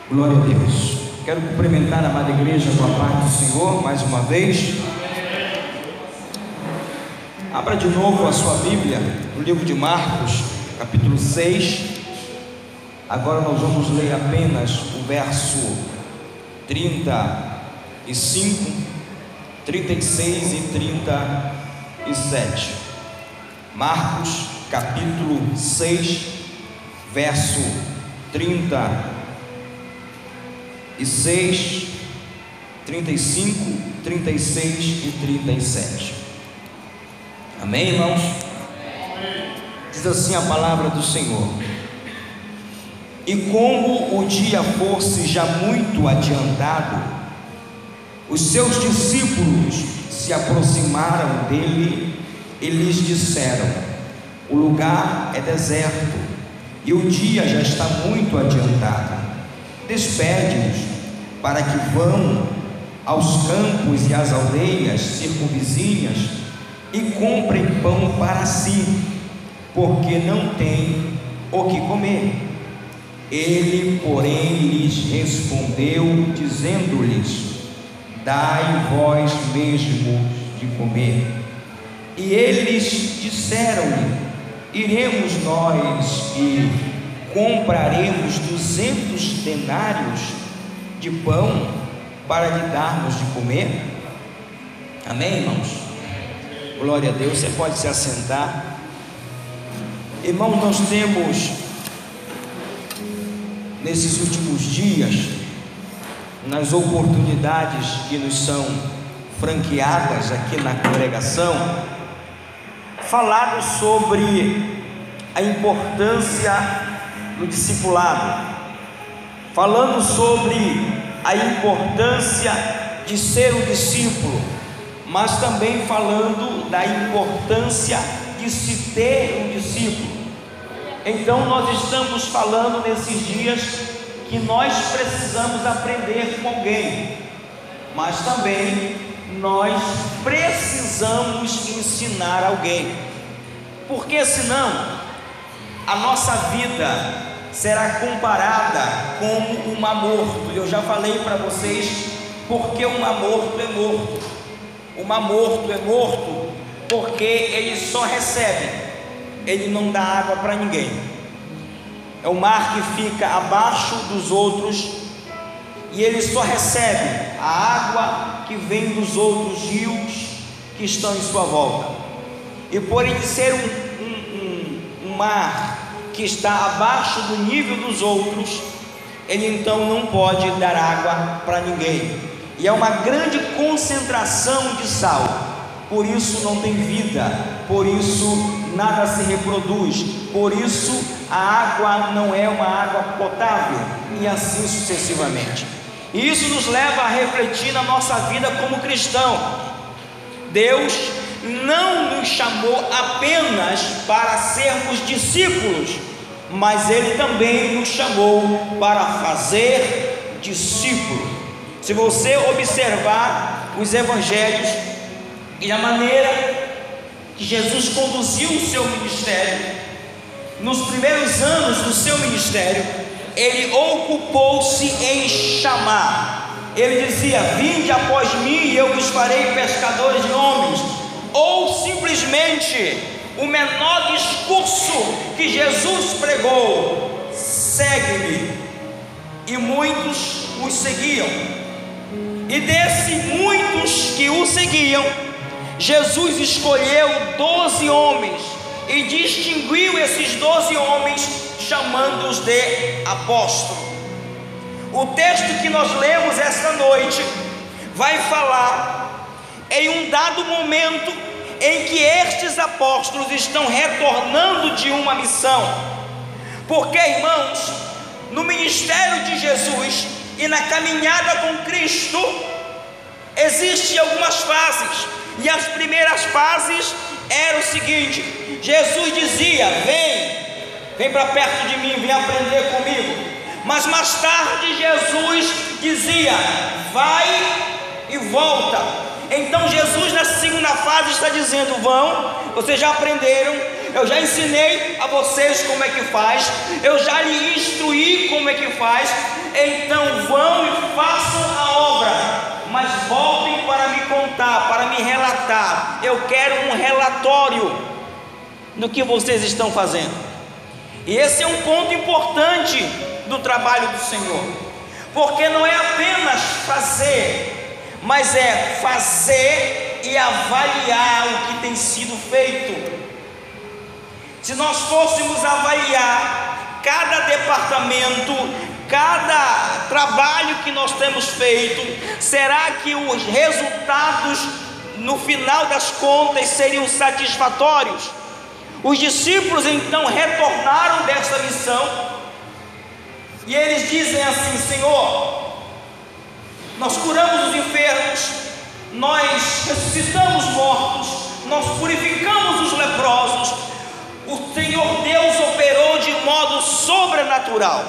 Glória a Deus. Quero cumprimentar a amada igreja com a paz do Senhor mais uma vez. Abra de novo a sua Bíblia no livro de Marcos, capítulo 6. Agora nós vamos ler apenas o verso 35, 36 e 37. Marcos, capítulo 6, verso 36, 35, 36 e 37. Amém, irmãos? Diz assim a palavra do Senhor: E como o dia fosse já muito adiantado, os seus discípulos se aproximaram dele e lhes disseram: O lugar é deserto e o dia já está muito adiantado. Despede-os para que vão aos campos e às aldeias circunvizinhas e comprem pão para si, porque não têm o que comer. Ele, porém, lhes respondeu, dizendo-lhes: Dai vós mesmos de comer. E eles disseram-lhe: Iremos nós e compraremos 200 denários de pão para lhe darmos de comer? Amém, irmãos? Glória a Deus. Você pode se assentar. Irmãos, nós temos nesses últimos dias, nas oportunidades que nos são franqueadas aqui na congregação, falado sobre a importância do discipulado, falando sobre a importância de ser um discípulo, mas também falando da importância de se ter um discípulo. Então nós estamos falando nesses dias que nós precisamos aprender com alguém, mas também nós precisamos ensinar alguém, porque senão a nossa vida será comparada como um mar morto. Eu já falei para vocês porque um mar morto é morto. O mar morto é morto porque ele só recebe, ele não dá água para ninguém. É o mar que fica abaixo dos outros e ele só recebe a água que vem dos outros rios que estão em sua volta. E por ele ser um mar que está abaixo do nível dos outros, ele então não pode dar água para ninguém, e é uma grande concentração de sal, por isso não tem vida, por isso nada se reproduz, por isso a água não é uma água potável, e assim sucessivamente. E isso nos leva a refletir na nossa vida como cristão. Deus não nos chamou apenas para sermos discípulos, mas Ele também nos chamou para fazer discípulos. Se você observar os evangelhos e a maneira que Jesus conduziu o seu ministério, nos primeiros anos do seu ministério, Ele ocupou-se em chamar. Ele dizia: Vinde após mim e eu vos farei pescadores de homens. Ou simplesmente o menor discurso que Jesus pregou: segue-me. E muitos os seguiam. E desses muitos que o seguiam, Jesus escolheu 12 homens e distinguiu esses 12 homens, chamando-os de apóstolos. O texto que nós lemos esta noite vai falar em um dado momento em que estes apóstolos estão retornando de uma missão. Porque, irmãos, no ministério de Jesus e na caminhada com Cristo, existem algumas fases, e as primeiras fases eram o seguinte: Jesus dizia: vem para perto de mim, vem aprender comigo. Mas mais tarde Jesus dizia: vai e volta. Então Jesus na segunda fase está dizendo: vão, vocês já aprenderam, eu já ensinei a vocês como é que faz, eu já lhe instruí como é que faz, então vão e façam a obra, mas voltem para me contar, para me relatar. Eu quero um relatório do que vocês estão fazendo. E esse é um ponto importante do trabalho do Senhor, porque não é apenas fazer, mas é fazer e avaliar o que tem sido feito. Se nós fôssemos avaliar cada departamento, cada trabalho que nós temos feito, será que os resultados no final das contas seriam satisfatórios? Os discípulos então retornaram dessa missão e eles dizem assim: Senhor, nós curamos os enfermos, nós ressuscitamos mortos, nós purificamos os leprosos, o Senhor Deus operou de modo sobrenatural.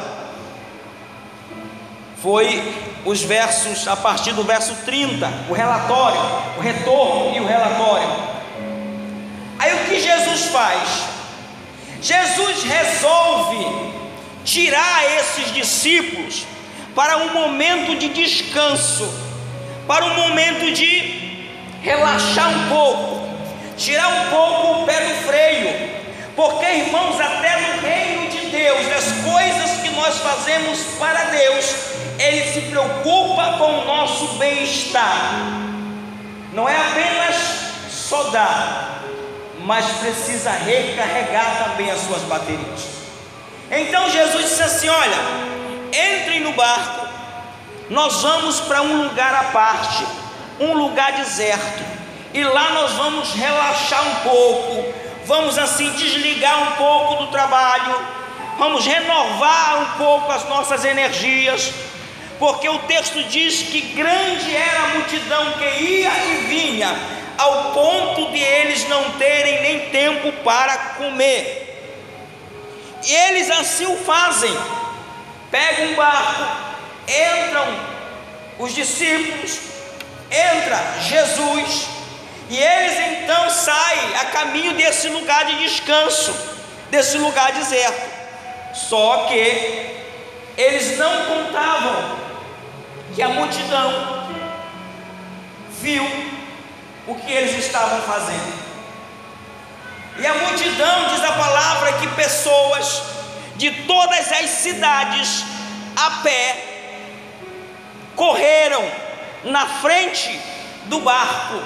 Foi os versos, a partir do verso 30, o relatório, o retorno e o relatório. Aí o que Jesus faz? Jesus resolve tirar esses discípulos para um momento de descanso, para um momento de relaxar um pouco, tirar um pouco o pé do freio, porque, irmãos, até no reino de Deus, as coisas que nós fazemos para Deus, Ele se preocupa com o nosso bem-estar. Não é apenas só dar, mas precisa recarregar também as suas baterias. Então Jesus disse assim: olha, entrem no barco, nós vamos para um lugar à parte, um lugar deserto, e lá nós vamos relaxar um pouco, vamos assim desligar um pouco do trabalho, vamos renovar um pouco as nossas energias, porque o texto diz que grande era a multidão que ia e vinha, ao ponto de eles não terem nem tempo para comer. E eles assim o fazem, pegam um barco, entram os discípulos, entra Jesus, e eles então saem a caminho desse lugar de descanso, desse lugar deserto. Só que eles não contavam que a multidão viu o que eles estavam fazendo. E a multidão, diz a palavra, que pessoas de todas as cidades a pé correram na frente do barco.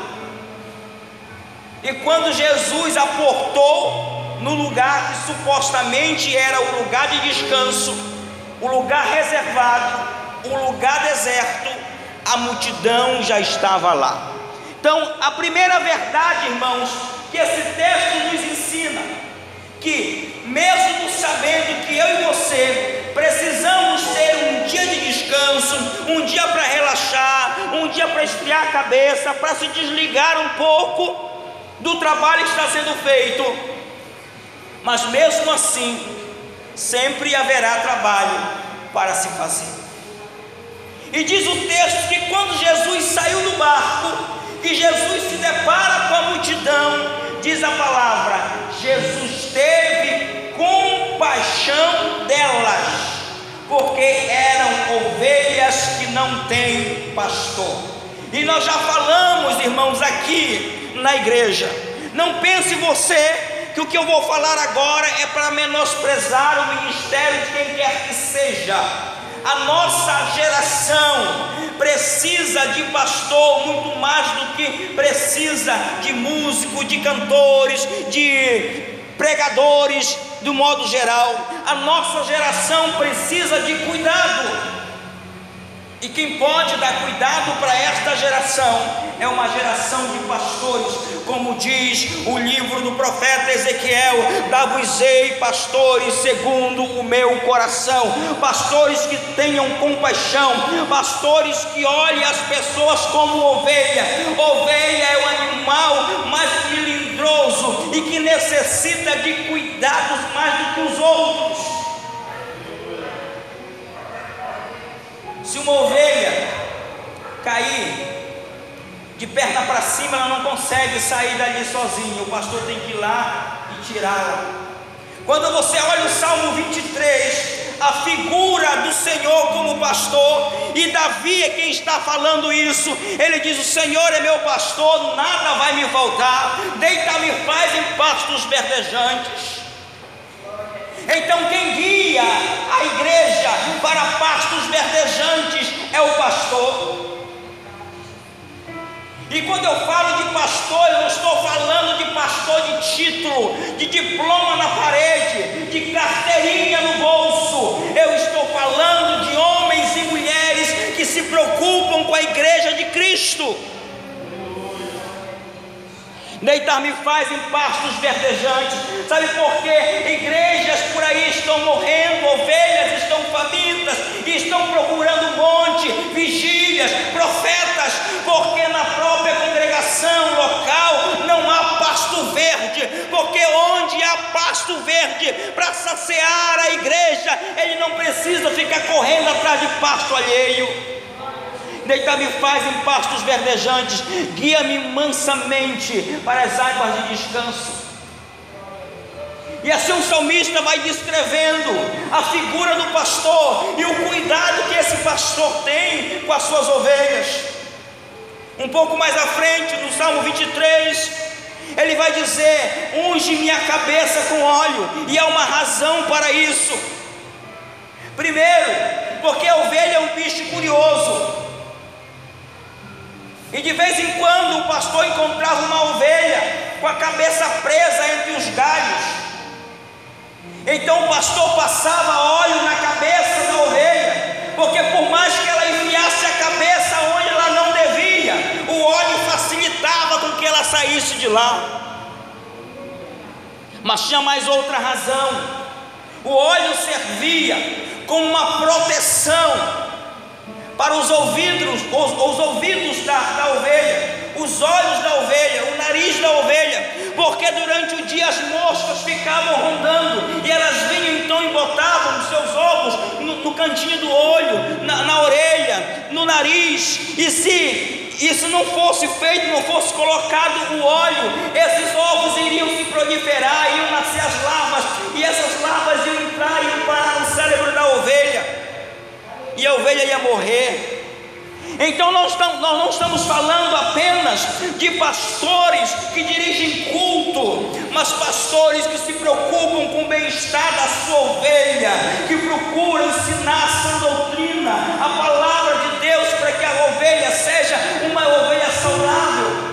E quando Jesus aportou no lugar que supostamente era o lugar de descanso, o lugar reservado, o lugar deserto, a multidão já estava lá. Então, a primeira verdade, irmãos, que esse texto nos ensina, que mesmo sabendo que eu e você precisamos ter um dia de descanso, um dia para relaxar, um dia para esfriar a cabeça, para se desligar um pouco do trabalho que está sendo feito, mas mesmo assim sempre haverá trabalho para se fazer. E diz o texto que quando Jesus saiu do barco, que Jesus se depara com a multidão, diz a palavra, Jesus teve compaixão delas, porque eram ovelhas que não têm pastor. E nós já falamos, irmãos, aqui na igreja, não pense você que o que eu vou falar agora é para menosprezar o ministério de quem quer que seja. A nossa geração precisa de pastor muito mais do que precisa de músico, de cantores, de pregadores, do modo geral. A nossa geração precisa de cuidado. E quem pode dar cuidado para esta geração é uma geração de pastores, como diz o livro do profeta Ezequiel: dar-vos-ei pastores segundo o meu coração, pastores que tenham compaixão, pastores que olhem as pessoas como ovelha. Ovelha é o animal mais melindroso e que necessita de cuidados mais do que os outros. Se uma ovelha cair de perna para cima, ela não consegue sair dali sozinha. O pastor tem que ir lá e tirá-la. Quando você olha o Salmo 23, a figura do Senhor como pastor, e Davi é quem está falando isso. Ele diz: o Senhor é meu pastor, nada vai me faltar, deita-me faz em pastos verdejantes. Então quem guia a igreja para pastos verdejantes é o pastor. E quando eu falo de pastor, eu não estou falando de pastor de título, de diploma na parede, de carteirinha no bolso. Eu estou falando de homens e mulheres que se preocupam com a igreja de Cristo. Deitar-me faz em pastos verdejantes. Sabe por quê? Igrejas por aí estão morrendo, ovelhas estão famintas e estão procurando monte, vigílias, profetas, porque na própria congregação local não há pasto verde. Porque onde há pasto verde para saciar a igreja, ele não precisa ficar correndo atrás de pasto alheio. Deitar-me faz em pastos verdejantes, guia-me mansamente para as águas de descanso. E assim o salmista vai descrevendo a figura do pastor e o cuidado que esse pastor tem com as suas ovelhas. Um pouco mais à frente, no Salmo 23, ele vai dizer: unge minha cabeça com óleo, e há uma razão para isso. Primeiro, porque a ovelha é um bicho curioso. E de vez em quando o pastor encontrava uma ovelha com a cabeça presa entre os galhos. Então o pastor passava óleo na cabeça da ovelha, porque por mais que ela enfiasse a cabeça onde ela não devia, o óleo facilitava com que ela saísse de lá. Mas tinha mais outra razão: o óleo servia como uma proteção para os ouvidos da ovelha, os olhos da ovelha, o nariz da ovelha, porque durante o dia as moscas ficavam rondando, e elas vinham então e botavam os seus ovos no cantinho do olho, na orelha, no nariz. E se isso não fosse feito, não fosse colocado o óleo, esses ovos iriam se proliferar, iam nascer as larvas, e essas larvas iam entrar e iam parar no cérebro da ovelha, e a ovelha ia morrer. Então nós não estamos falando apenas de pastores que dirigem culto, mas pastores que se preocupam com o bem-estar da sua ovelha, que procuram ensinar a sã doutrina, a palavra de Deus, para que a ovelha seja uma ovelha saudável.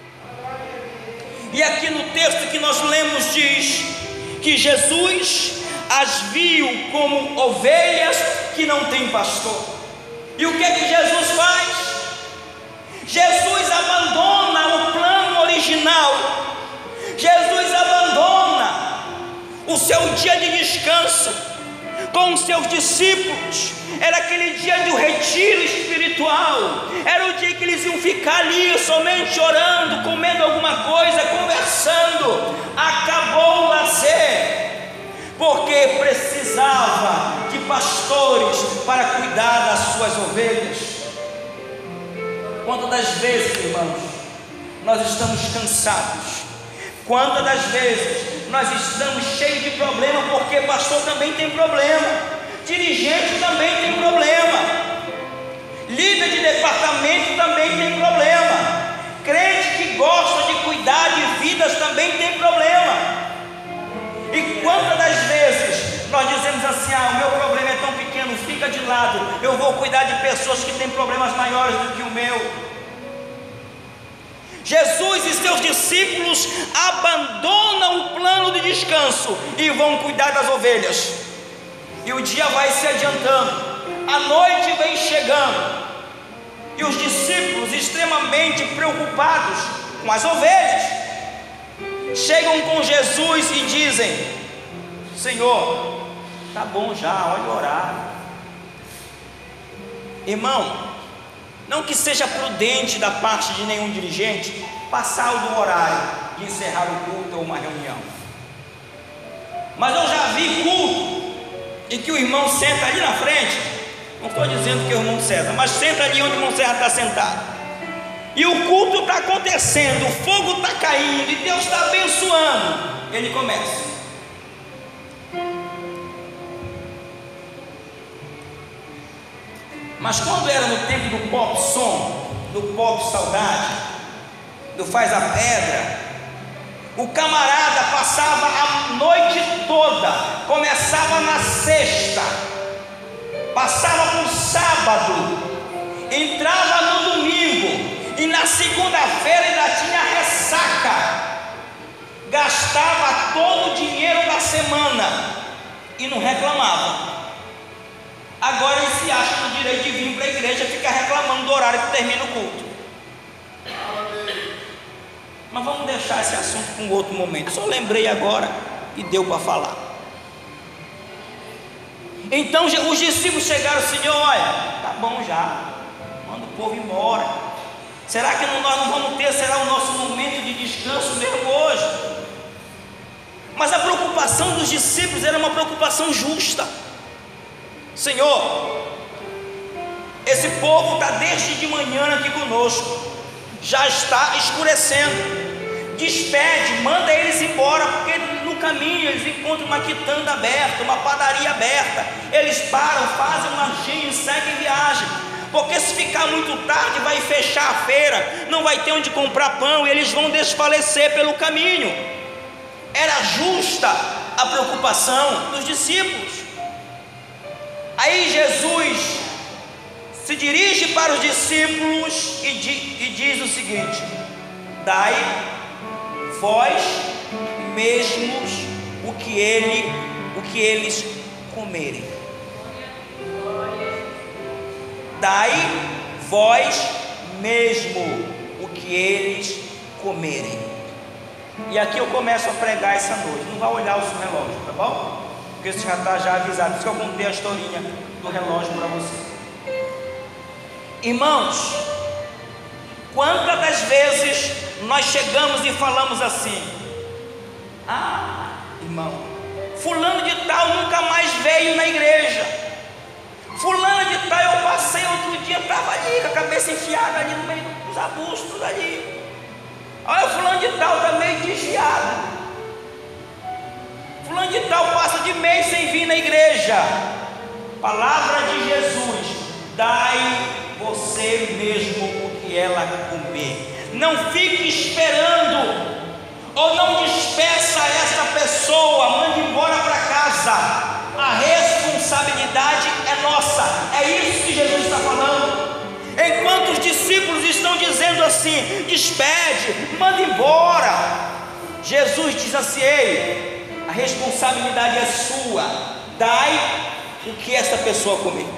E aqui no texto que nós lemos diz que Jesus as viu como ovelhas que não têm pastor. E o que é que Jesus faz? Jesus abandona o plano original. Jesus abandona o seu dia de descanso com os seus discípulos. Era aquele dia do retiro espiritual, era o dia que eles iam ficar ali somente orando, comendo alguma coisa, conversando. Acabou o lazer, porque precisava de pastores para cuidar das suas ovelhas. Quantas das vezes, irmãos, nós estamos cansados? Quantas das vezes nós estamos cheios de problema, porque pastor também tem problema, dirigente também tem problema, líder de departamento também tem problema, crente que gosta de cuidar de vidas também tem problema. E quantas das vezes nós dizemos assim: o meu problema é tão pequeno, fica de lado, eu vou cuidar de pessoas que têm problemas maiores do que o meu. Jesus e seus discípulos abandonam o plano de descanso e vão cuidar das ovelhas. E o dia vai se adiantando, a noite vem chegando, e os discípulos, extremamente preocupados com as ovelhas, chegam com Jesus e dizem: Senhor, tá bom já, olha o horário. Irmão, não que seja prudente da parte de nenhum dirigente passar do horário de encerrar o culto ou uma reunião, mas eu já vi culto em que o irmão senta ali na frente, não estou dizendo que o irmão senta, mas senta ali onde o irmão Serra está sentado, e o culto está acontecendo, o fogo está caindo, e Deus está abençoando, ele começa: mas quando era no tempo do pop som, do pop saudade, do faz a pedra, o camarada passava a noite toda, começava na sexta, passava no sábado, entrava no domingo, e na segunda-feira ainda tinha ressaca, gastava todo o dinheiro da semana e não reclamava. Agora ele se acha no direito de vir para a igreja e ficar reclamando do horário que termina o culto. Mas vamos deixar esse assunto para um outro momento. Só lembrei agora e deu para falar. Então os discípulos chegaram: Senhor, olha, tá bom já, manda o povo embora. Será que nós não vamos ter, será o nosso momento de descanso mesmo hoje? Mas a preocupação dos discípulos era uma preocupação justa. Senhor, esse povo está desde de manhã aqui conosco, já está escurecendo. Despede, manda eles embora, porque no caminho eles encontram uma quitanda aberta, uma padaria aberta. Eles param, fazem um lanchinho e seguem viagem. Porque se ficar muito tarde vai fechar a feira, não vai ter onde comprar pão e eles vão desfalecer pelo caminho. Era justa a preocupação dos discípulos. Aí Jesus se dirige para os discípulos e diz o seguinte: dai vós mesmos o que eles comerem. Dai vós mesmo o que eles comerem. E aqui eu começo a pregar essa noite. Não vai olhar o seu relógio, tá bom? Porque você já está avisado. Por isso que eu contei a historinha do relógio para você. Irmãos, quantas das vezes nós chegamos e falamos assim: ah, irmão, fulano de tal nunca mais veio na igreja. Fulano de tal, eu passei outro dia, estava ali com a cabeça enfiada ali no meio dos arbustos ali. Olha, fulano de tal está meio desviado. Fulano de tal passa de mês sem vir na igreja. Palavra de Jesus: dai você mesmo o que ela comer. Não fique esperando, ou não despeça essa pessoa, mande embora para casa. A responsabilidade é nossa. É isso que Jesus está falando. Enquanto os discípulos estão dizendo assim: despede, manda embora, Jesus diz assim: ei, a responsabilidade é sua. Dai o que essa pessoa comer.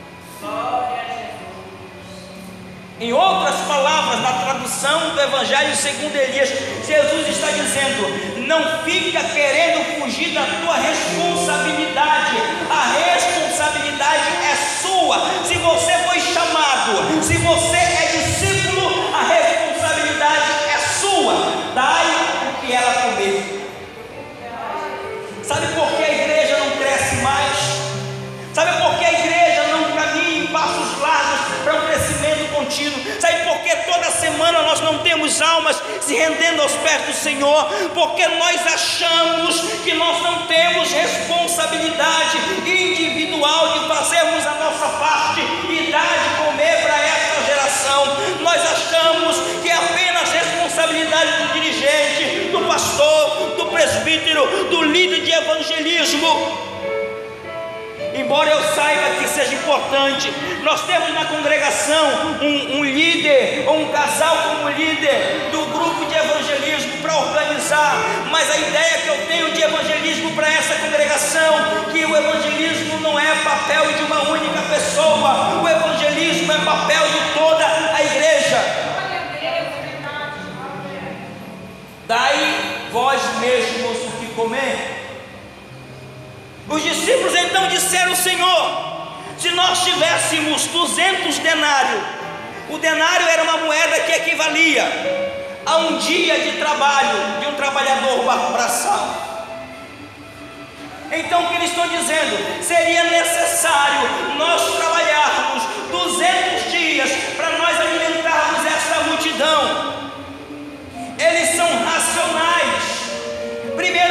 Em outras palavras, na tradução do Evangelho segundo Elias, Jesus está dizendo: não fica querendo fugir da tua responsabilidade. A responsabilidade é sua. Se você foi chamado, se você é discípulo, a responsabilidade é sua. Dai o que ela comer. Sabe por que a igreja não cresce mais? Sabe por que a igreja não caminha em passos largos para um crescimento contínuo? Sabe por que toda semana nós não temos almas se rendendo aos pés do Senhor? Porque nós achamos que nós não temos responsabilidade individual de fazermos a nossa parte e dar de comer para esta geração. Nós achamos que é apenas responsabilidade do dirigente, do pastor, do presbítero, do líder de evangelismo. Embora eu saiba que seja importante, nós temos na congregação um líder ou um casal como líder do grupo de evangelismo para organizar, mas a ideia que eu tenho de evangelismo para essa congregação, que o evangelismo não é papel de uma única pessoa, o evangelismo é papel de toda a igreja. Daí vós mesmos o que comer. Os discípulos então disseram: Senhor, se nós tivéssemos 200 denários, o denário era uma moeda que equivalia a um dia de trabalho de um trabalhador braçal. Então o que eles estão dizendo? Seria necessário nós trabalharmos 200 dias para nós alimentarmos essa multidão. Eles são racionais. Primeiro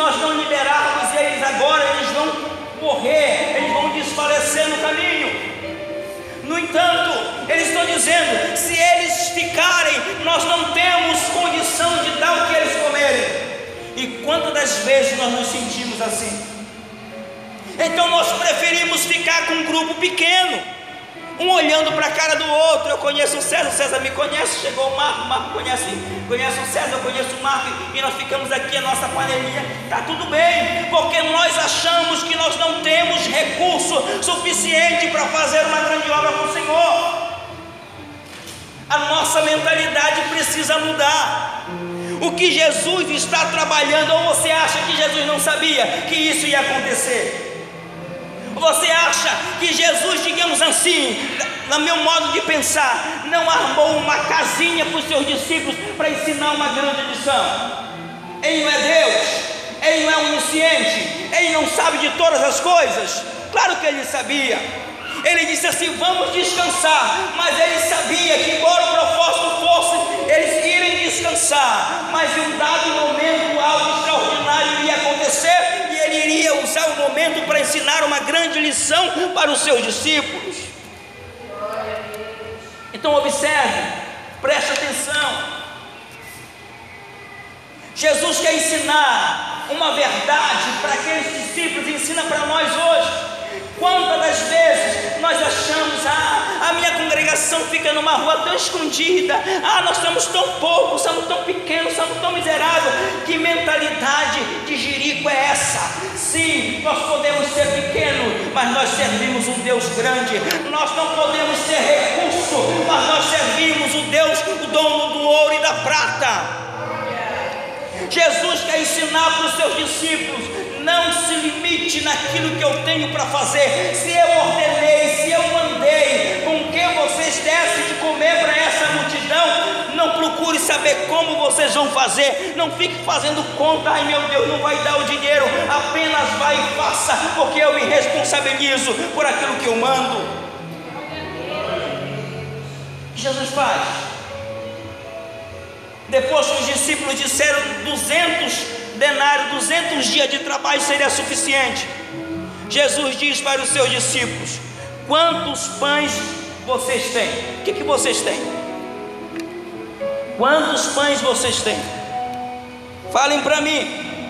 nós não liberarmos eles agora, eles vão morrer, eles vão desfalecer no caminho. No entanto, eles estão dizendo: se eles ficarem, nós não temos condição de dar o que eles comerem. E quantas das vezes nós nos sentimos assim? Então nós preferimos ficar com um grupo pequeno, um olhando para a cara do outro. Eu conheço o César me conhece, chegou o Marco conhece o César, eu conheço o Marco, e nós ficamos aqui, a nossa panelinha, está tudo bem, porque nós achamos que nós não temos recurso suficiente para fazer uma grande obra para o Senhor. A nossa mentalidade precisa mudar. O que Jesus está trabalhando, ou você acha que Jesus não sabia que isso ia acontecer? Você acha que Jesus, digamos assim, no meu modo de pensar, não armou uma casinha para os seus discípulos para ensinar uma grande lição? Ele não é Deus, ele não é onisciente, ele não sabe de todas as coisas? Claro que ele sabia. Ele disse assim: vamos descansar. Mas ele sabia que, embora o propósito fosse eles irem descansar, mas em um dado momento algo extraordinário iria acontecer, e ele iria usar o momento para ensinar uma grande lição para os seus discípulos. Então observe, preste atenção. Jesus quer ensinar uma verdade para aqueles discípulos, ensina para nós hoje. Quantas das vezes nós achamos: a minha congregação fica numa rua tão escondida, nós somos tão poucos, somos tão pequenos, somos tão miseráveis. Que mentalidade de jirico é essa? Sim, nós podemos ser pequenos, mas nós servimos um Deus grande. Nós não podemos ter recurso, mas nós servimos o Deus, o dono do ouro e da prata. Jesus quer ensinar para os seus discípulos: não se limite naquilo que eu tenho para fazer. Se eu ordenei, se eu mandei com que vocês dessem de comer para essa multidão, não procure saber como vocês vão fazer. Não fique fazendo conta: ai meu Deus, não vai dar o dinheiro. Apenas vai e faça, porque eu me responsabilizo por aquilo que eu mando. Jesus faz. Depois que os discípulos disseram 200 denários, 200 dias de trabalho seria suficiente, Jesus diz para os seus discípulos: quantos pães vocês têm? O que vocês têm? Quantos pães vocês têm? Falem para mim.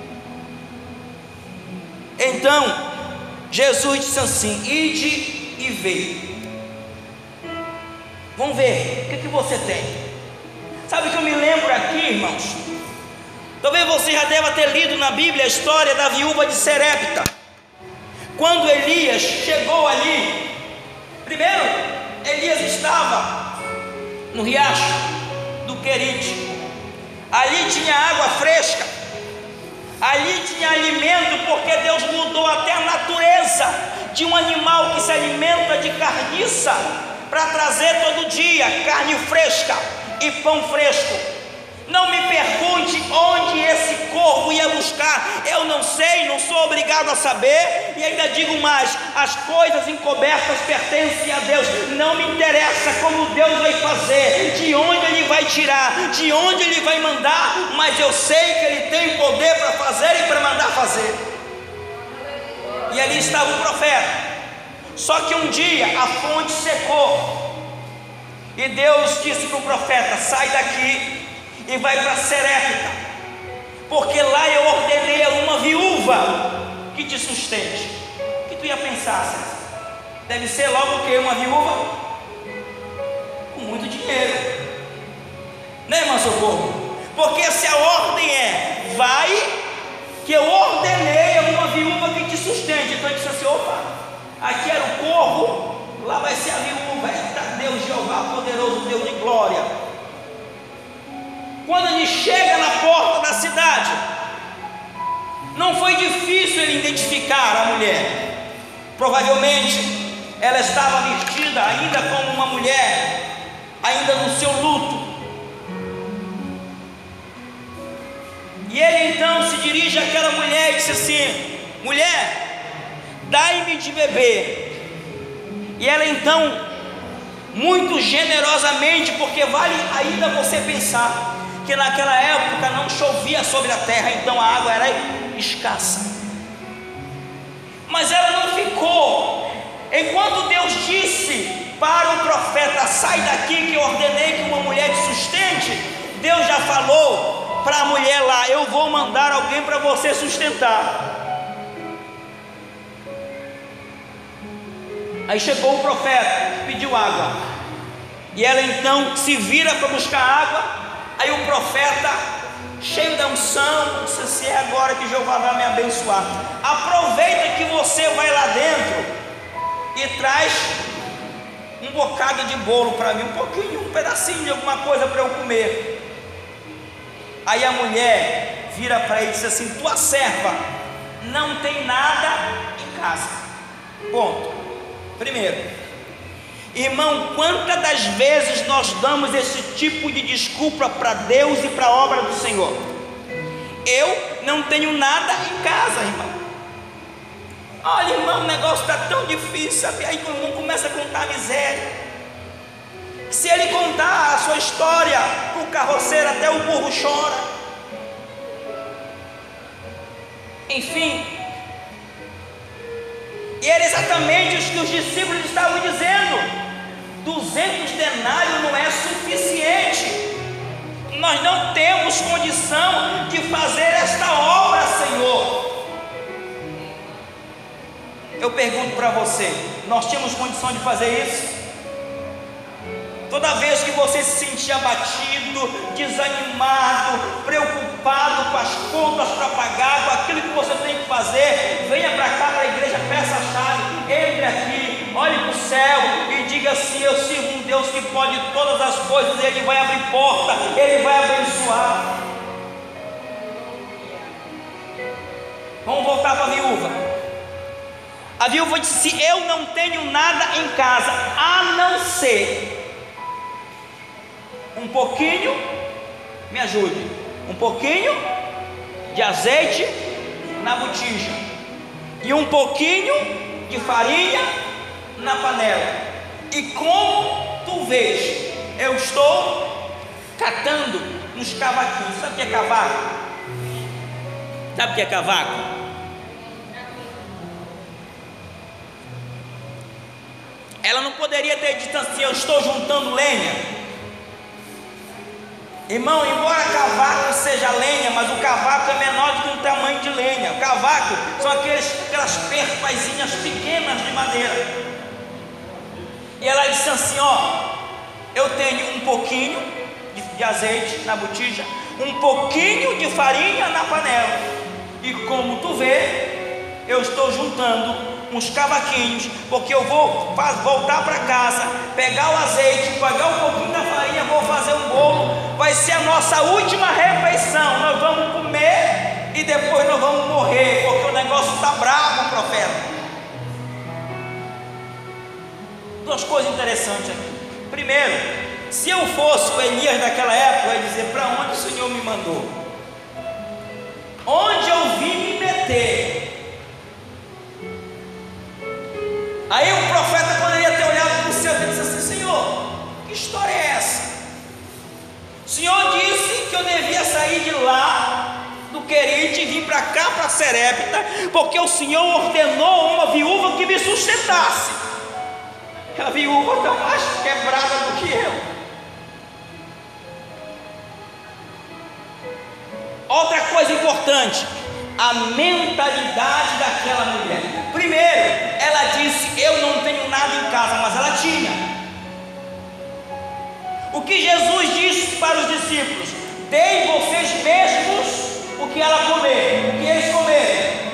Então Jesus disse assim: ide e vê. Vamos ver, o que você tem? Sabe o que eu me lembro aqui, irmãos? Talvez você já deva ter lido na Bíblia a história da viúva de Serepta. Quando Elias chegou ali, primeiro, Elias estava no riacho do Querite. Ali tinha água fresca, ali tinha alimento, porque Deus mudou até a natureza de um animal que se alimenta de carniça para trazer todo dia carne fresca e pão fresco. Não me pergunte onde esse corvo ia buscar, eu não sei, não sou obrigado a saber. E ainda digo mais: as coisas encobertas pertencem a Deus. Não me interessa como Deus vai fazer, de onde Ele vai tirar, de onde Ele vai mandar, mas eu sei que Ele tem poder para fazer e para mandar fazer. E ali estava o profeta. Só que um dia a fonte secou, e Deus disse para o profeta: sai daqui e vai para Serepta, porque lá eu ordenei a uma viúva que te sustente. O que tu ia pensar, César? Deve ser logo o que? Uma viúva com muito dinheiro, né, irmã Socorro? Porque se a ordem é vai, que eu ordenei a uma viúva que te sustente, então eu disse assim: opa, aqui era o corvo, lá vai ser a viúva. Está Deus Jeová poderoso, Deus de glória. Quando ele chega na porta da cidade, não foi difícil ele identificar a mulher. Provavelmente ela estava vestida ainda como uma mulher, ainda no seu luto. E ele então se dirige àquela mulher e disse assim: mulher, dai-me de beber. E ela então, muito generosamente, porque vale ainda você pensar que naquela época não chovia sobre a terra, então a água era escassa. Mas ela não ficou. Enquanto Deus disse para o profeta: sai daqui que eu ordenei que uma mulher te sustente, Deus já falou para a mulher lá: eu vou mandar alguém para você sustentar. Aí chegou o profeta, pediu água, e ela então se vira para buscar água. Aí o profeta, cheio da unção, disse assim: é agora que Jeová vai me abençoar. Aproveita que você vai lá dentro e traz um bocado de bolo para mim, um pouquinho, um pedacinho de alguma coisa para eu comer. Aí a mulher vira para ele e diz assim: tua serva não tem nada em casa. Ponto. Primeiro, irmão, quantas das vezes nós damos esse tipo de desculpa para Deus e para a obra do Senhor? Eu não tenho nada em casa, irmão. Olha, irmão, o negócio está tão difícil, sabe? Aí o irmão começa a contar a miséria. Se ele contar a sua história para o carroceiro, até o burro chora. Enfim, e era exatamente o que os discípulos estavam dizendo: 200 denários não é suficiente, nós não temos condição de fazer esta obra, Senhor. Eu pergunto para você: nós tínhamos condição de fazer isso? Toda vez que você se sentir abatido, desanimado, preocupado com as contas para pagar, com aquilo que você tem que fazer, venha para cá, para a igreja, peça a chave, entre aqui, olhe para o céu e diga assim: eu sirvo um Deus que pode todas as coisas, Ele vai abrir porta, Ele vai abençoar. Vamos voltar para a viúva. A viúva disse: eu não tenho nada em casa, a não ser um pouquinho, me ajude, um pouquinho de azeite na botija e um pouquinho de farinha na panela. E como tu vês, eu estou catando nos cavaquinhos. Sabe o que é cavaco? Sabe o que é cavaco? Ela não poderia ter dito assim: eu estou juntando lenha. Irmão, embora cavaco seja lenha, mas o cavaco é menor do que um tamanho de lenha. O cavaco são aquelas perpazinhas pequenas de madeira. E ela disse assim: ó, eu tenho um pouquinho de azeite na botija, um pouquinho de farinha na panela, e como tu vê, eu estou juntando uns cavaquinhos, porque eu vou voltar para casa, pegar o azeite, pegar um pouquinho da farinha, vou fazer um bolo, vai ser a nossa última refeição, nós vamos comer e depois nós vamos morrer, porque o negócio está bravo, profeta. Duas coisas interessantes aqui. Primeiro, se eu fosse o Elias daquela época, eu ia dizer: para onde o Senhor me mandou? Onde eu vim me meter? Aí o profeta poderia ter olhado para o céu e disse assim: Senhor, que história é essa? O Senhor disse que eu devia sair de lá do Querite e vir para cá, para Serepta, porque o Senhor ordenou a uma viúva que me sustentasse. A viúva está mais quebrada do que eu. Outra coisa importante: a mentalidade daquela mulher. Primeiro, ela disse: eu não tenho nada em casa, mas ela tinha. O que Jesus disse para os discípulos: deem vocês mesmos o que ela comer, o que eles comerem.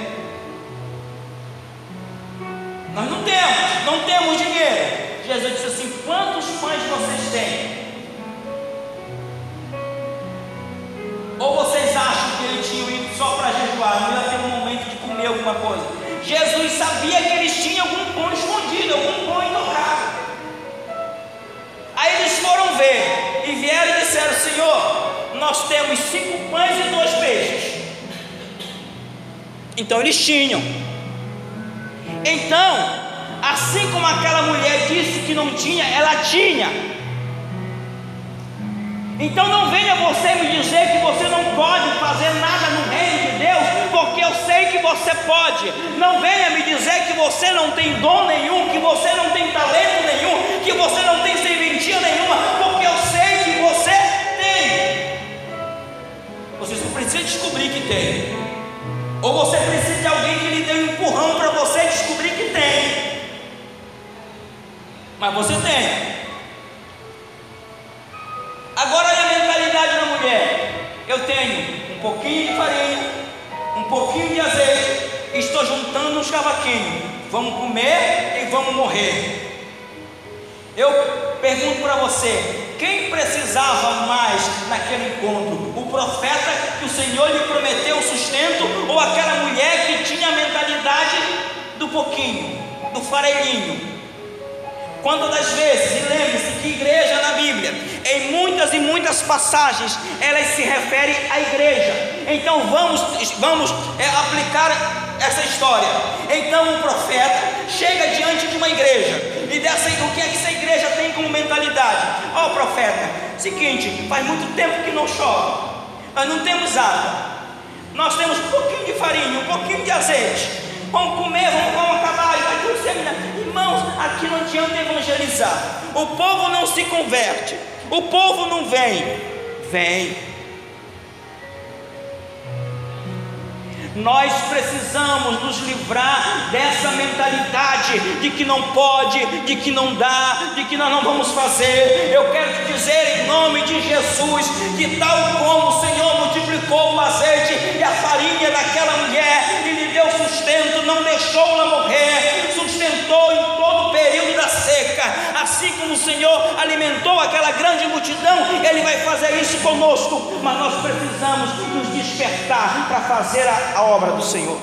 Nós não temos dinheiro. Jesus disse assim: quantos pães vocês têm? Ou vocês acham que ele tinha ido só para jejuar, não ia ter um momento de comer alguma coisa? Jesus sabia que eles tinham algum pão escondido, algum pão intocado. Aí eles foram ver e vieram e disseram: Senhor, nós temos 5 pães e 2 peixes. Então eles tinham. Então, assim como aquela mulher disse que não tinha, ela tinha. Então não venha você me dizer que você não pode fazer nada no reino de Deus, porque eu sei que você pode. Não venha me dizer que você não tem dom nenhum, que você não tem talento nenhum, que você não tem serventia nenhuma, porque eu sei que você tem. Você só precisa descobrir que tem, ou você precisa de alguém que lhe dê um empurrão para você descobrir que tem. Mas você tem. Agora olha a mentalidade da mulher. Eu tenho um pouquinho de farinha, um pouquinho de azeite, estou juntando uns cavaquinhos, vamos comer e vamos morrer. Eu pergunto para você, quem precisava mais naquele encontro? O profeta que o Senhor lhe prometeu o sustento, ou aquela mulher que tinha a mentalidade do pouquinho, do farelinho? Quantas das vezes, e lembre-se que igreja na Bíblia, em muitas e muitas passagens, elas se referem à igreja. Então vamos aplicar essa história. Então o profeta chega diante de uma igreja, e o que é que essa igreja tem como mentalidade? Ó, profeta, seguinte, faz muito tempo que não chove, nós não temos água, nós temos um pouquinho de farinha, um pouquinho de azeite, vamos comer, vamos acabar, vai tudo terminar. Irmãos, aqui não adianta evangelizar, o povo não se converte, o povo não vem. Nós precisamos nos livrar dessa mentalidade de que não pode, de que não dá, de que nós não vamos fazer. Eu quero te dizer em nome de Jesus que tal como o Senhor multiplicou o azeite e a farinha daquela mulher e lhe deu sustento, não deixou-la morrer, sustentou em todo o período da seca, assim como o Senhor alimentou aquela grande multidão, Ele vai fazer isso conosco. Mas nós precisamos nos despertar para fazer a obra do Senhor.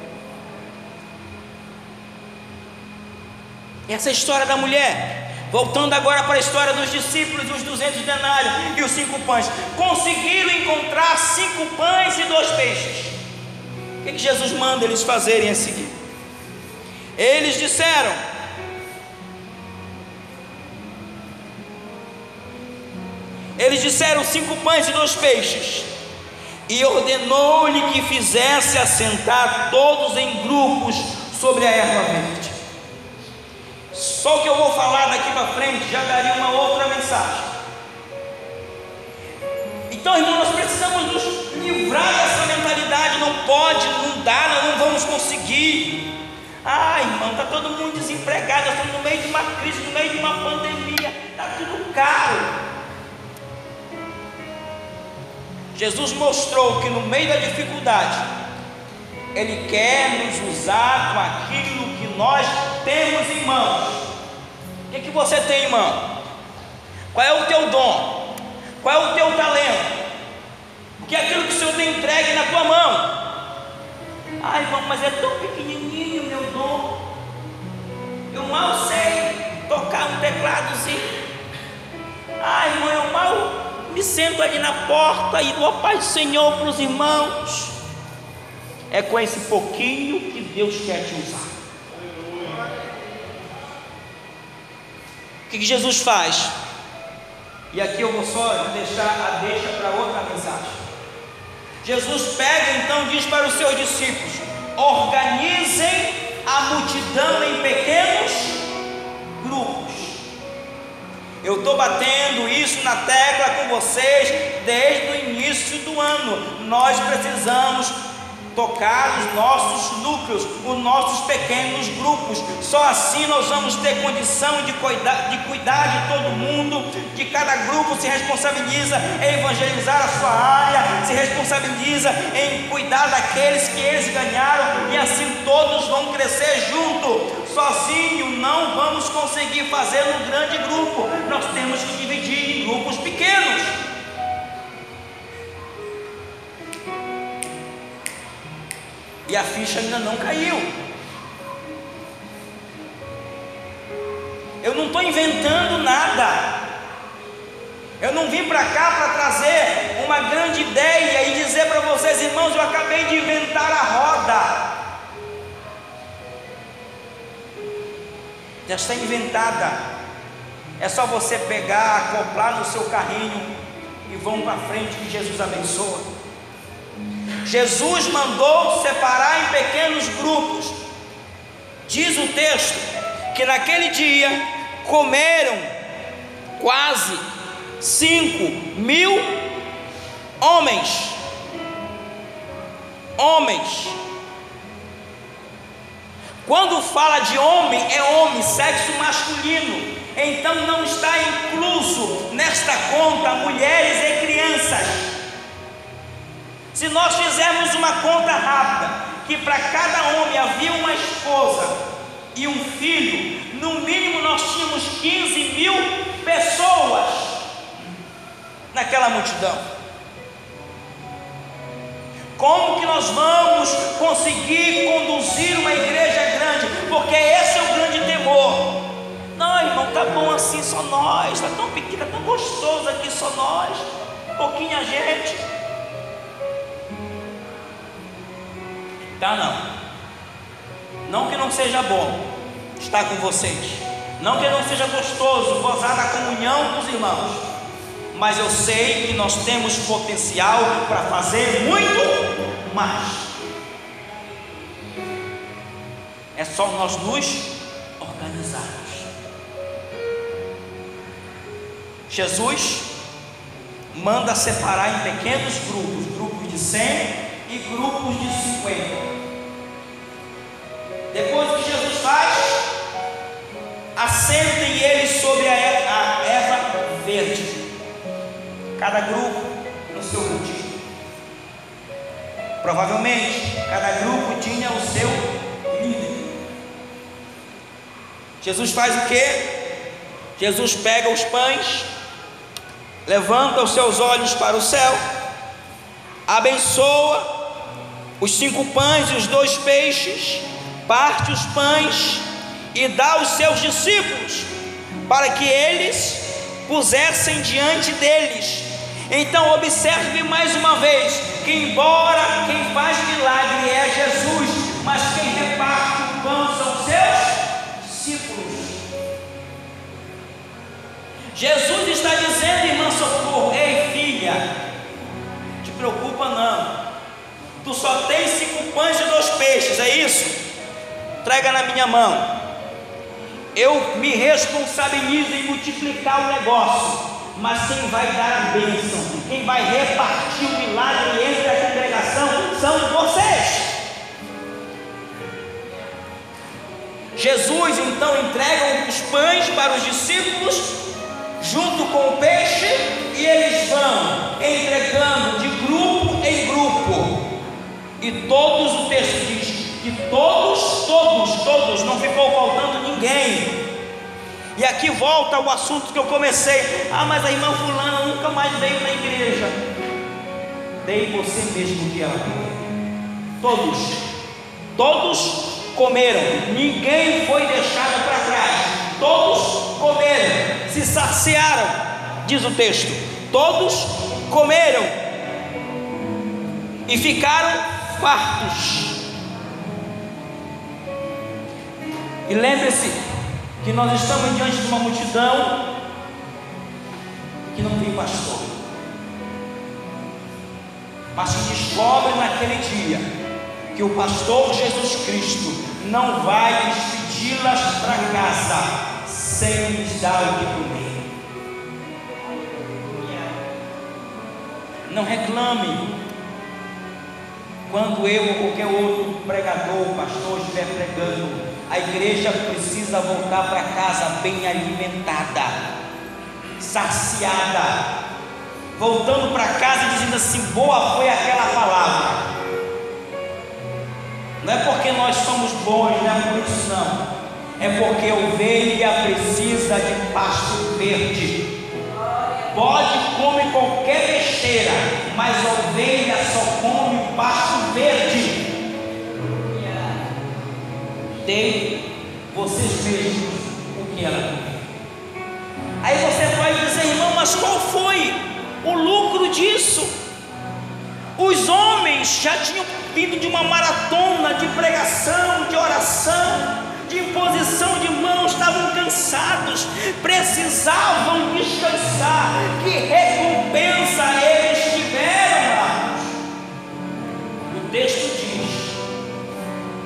Essa é a história da mulher. Voltando agora para a história dos discípulos, os 200 denários e os 5 pães. Conseguiram encontrar 5 pães e 2 peixes. O que Jesus manda eles fazerem a seguir? Eles disseram: Eles disseram 5 pães e 2 peixes. E ordenou-lhe que fizesse assentar todos em grupos sobre a erva verde. Só o que eu vou falar daqui para frente já daria uma outra mensagem. Então, irmão, nós precisamos nos livrar dessa mentalidade. Não pode, não dá, nós não vamos conseguir. Irmão, está todo mundo desempregado, nós estamos no meio de uma crise, no meio de uma pandemia, está tudo caro. Jesus mostrou que no meio da dificuldade, Ele quer nos usar com aquilo que nós temos em mãos. O que você tem em mão? Qual é o teu dom? Qual é o teu talento? O que é aquilo que o Senhor tem entregue na tua mão? Irmão, mas é tão pequenininho o meu dom, eu mal sei tocar um tecladozinho. Irmão, eu mal me sento ali na porta e dou a paz do Senhor para os irmãos. É com esse pouquinho que Deus quer te usar. O que Jesus faz? E aqui eu vou só deixar a deixa para outra mensagem. Jesus pega então e diz para os seus discípulos: organizem a multidão em pequenos grupos. Eu estou batendo isso na tecla com vocês desde o início do ano. Nós precisamos tocar os nossos núcleos, os nossos pequenos grupos. Só assim nós vamos ter condição de cuidar de todo mundo, que cada grupo se responsabiliza em evangelizar a sua área, se responsabiliza em cuidar daqueles que eles ganharam, e assim todos vão crescer junto. Sozinho não vamos conseguir fazer um grande grupo, nós temos que dividir em grupos pequenos. E a ficha ainda não caiu. Eu não estou inventando nada. Eu não vim para cá para trazer uma grande ideia e dizer para vocês, irmãos, eu acabei de inventar a roda. Já está inventada. É só você pegar, acoplar no seu carrinho e vão para frente, que Jesus abençoa. Jesus mandou separar em pequenos grupos. Diz o texto que naquele dia comeram quase 5.000 homens. Quando fala de homem, é homem, sexo masculino. Então não está incluso nesta conta mulheres e crianças. Se nós fizermos uma conta rápida, que para cada homem havia uma esposa e um filho, no mínimo nós tínhamos 15.000 pessoas naquela multidão. Como que nós vamos conseguir conduzir uma igreja grande? Porque esse é o grande temor. Não, irmão, tá bom assim, só nós. Tá tão pequeno, tá tão gostoso aqui, só nós. Pouquinha gente. Tá, não. Não que não seja bom estar com vocês. Não que não seja gostoso gozar da comunhão dos irmãos. Mas eu sei que nós temos potencial para fazer muito mais. É só nós nos organizarmos. Jesus manda separar em pequenos grupos, grupos de 100 e grupos de 50. Depois o que Jesus faz? Assentem eles sobre a erva verde. Cada grupo no seu cantinho. Provavelmente cada grupo tinha o seu líder. Jesus faz o que? Jesus pega os pães, levanta os seus olhos para o céu, abençoa os 5 pães e os 2 peixes, parte os pães e dá aos seus discípulos, para que eles pusessem diante deles. Então observe mais uma vez, que embora quem faz milagre é Jesus, mas quem reparte o pão são seus discípulos. Jesus está dizendo, irmã Socorro: ei filha, te preocupa não, tu só tens 5 pães e 2 peixes, é isso? Entrega na minha mão, eu me responsabilizo em multiplicar o negócio. Mas quem vai dar a bênção, quem vai repartir o milagre entre a congregação são vocês. Jesus então entrega os pães para os discípulos junto com o peixe, e eles vão entregando de grupo em grupo. E todos, o texto diz que todos, não ficou faltando ninguém. E aqui volta o assunto que eu comecei. Ah, mas a irmã fulana nunca mais veio na igreja. Dei você mesmo que ela comeu. Todos comeram. Ninguém foi deixado para trás. Todos comeram, se saciaram, diz o texto. Todos comeram e ficaram fartos. E lembre-se que nós estamos diante de uma multidão que não tem pastor, mas que descobre naquele dia que o pastor Jesus Cristo não vai despedi-las para casa sem lhes dar o que comer. Não reclame quando eu ou qualquer outro pregador, pastor estiver pregando. A igreja precisa voltar para casa bem alimentada, saciada, voltando para casa dizendo assim: boa foi aquela palavra. Não é porque nós somos bons, não é por isso não, é porque a ovelha precisa de pasto verde. Pode comer qualquer besteira, mas a ovelha só come pasto verde. Dei vocês mesmos o que ela comeu. Aí você pode dizer: irmão, mas qual foi o lucro disso? Os homens já tinham vindo de uma maratona de pregação, de oração, de imposição de mãos, estavam cansados, precisavam descansar. Que recompensa eles tiveram?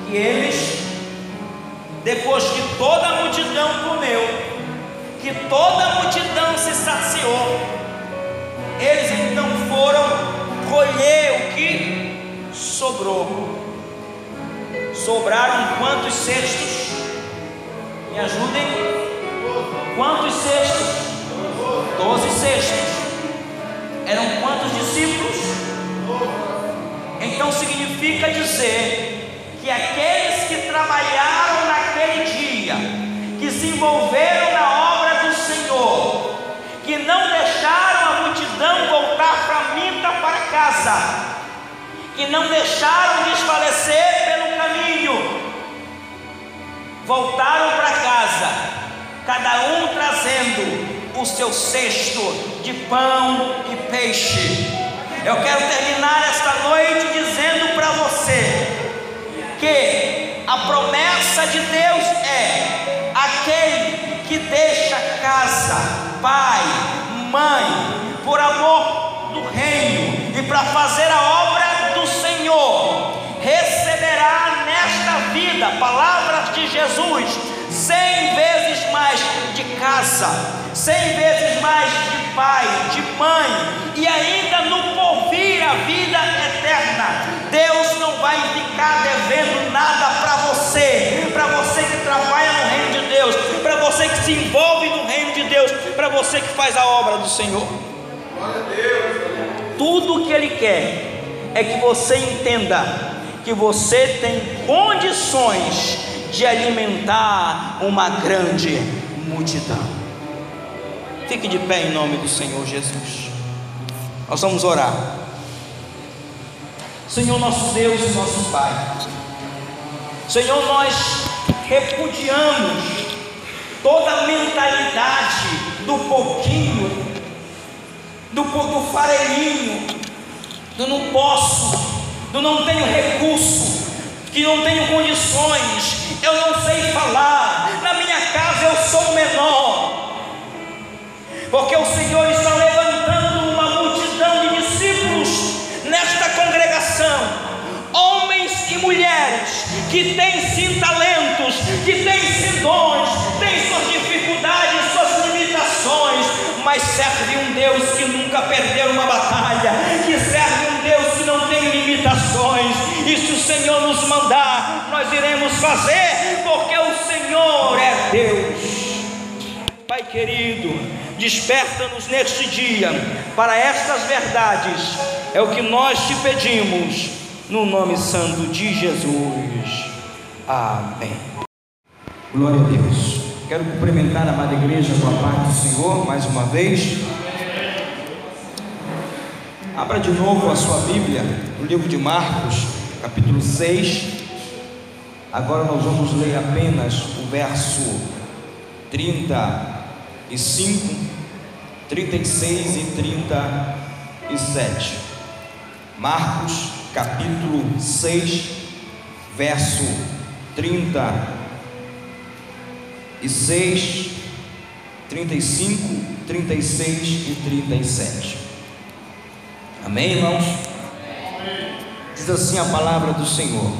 que eles, depois que toda a multidão comeu, que toda a multidão se saciou, eles então foram colher o que sobrou. Sobraram quantos cestos? Me ajudem. Quantos cestos? 12 cestos. Eram quantos discípulos? Então significa dizer que aqueles que trabalharam naquele dia, que se envolveram na obra do Senhor, que não deixaram a multidão voltar faminta para casa, que não deixaram desfalecer pelo caminho, voltaram para casa, cada um trazendo o seu cesto de pão e peixe. Eu quero terminar esta noite dizendo para você que a promessa de Deus é: aquele que deixa casa, pai, mãe, por amor do reino e para fazer a obra do Senhor, receberá nesta vida, palavras de Jesus, 100 vezes mais de casa, 100 vezes mais de pai, de mãe, e ainda no porvir a vida eterna. Deus não vai ficar devendo nada para você que trabalha no reino de Deus, para você que se envolve no reino de Deus, para você que faz a obra do Senhor. Glória a Deus. Tudo o que Ele quer é que você entenda que você tem condições de alimentar uma grande multidão. Fique de pé em nome do Senhor Jesus. Nós vamos orar. Senhor nosso Deus e nosso Pai, Senhor, nós repudiamos toda a mentalidade do pouquinho, do farelinho, do não posso, do não tenho recurso, que não tenho condições, eu não sei falar, na minha casa eu sou menor, porque o Senhor está levantando uma multidão de discípulos nesta congregação, homens e mulheres que têm sim talentos, que têm sim dons, têm suas dificuldades, suas limitações, mas serve um Deus que nunca perdeu uma batalha, que serve um Deus que não tem limitações, e se o Senhor nos mandar, nós iremos fazer, porque o Senhor é Deus. Pai querido, desperta-nos neste dia para estas verdades, é o que nós te pedimos, no nome santo de Jesus, amém. Glória a Deus. Quero cumprimentar a amada igreja com a paz do Senhor mais uma vez. Abra de novo a sua Bíblia no livro de Marcos, capítulo 6. Agora nós vamos ler apenas o verso 35, 36 e 37. Marcos capítulo 6, verso 36, 35, 36 e 37. Amém, irmãos? Diz assim a palavra do Senhor: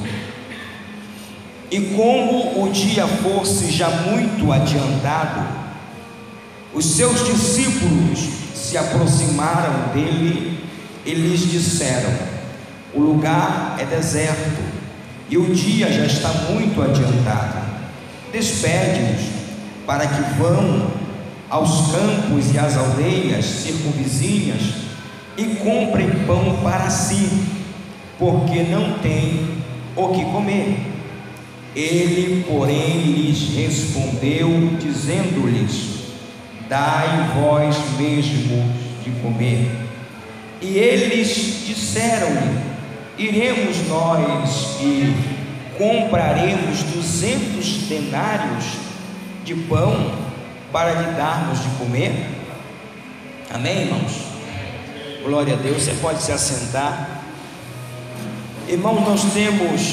e como o dia fosse já muito adiantado, os seus discípulos se aproximaram dele e lhes disseram: o lugar é deserto e o dia já está muito adiantado. Despede-os para que vão aos campos e às aldeias circunvizinhas e comprem pão para si, porque não têm o que comer. Ele, porém, lhes respondeu, dizendo-lhes: dai vós mesmos de comer. E eles disseram-lhe: iremos nós e compraremos 200 denários de pão para lhe darmos de comer? Amém, irmãos? Glória a Deus. Você pode se assentar. Irmãos, nós temos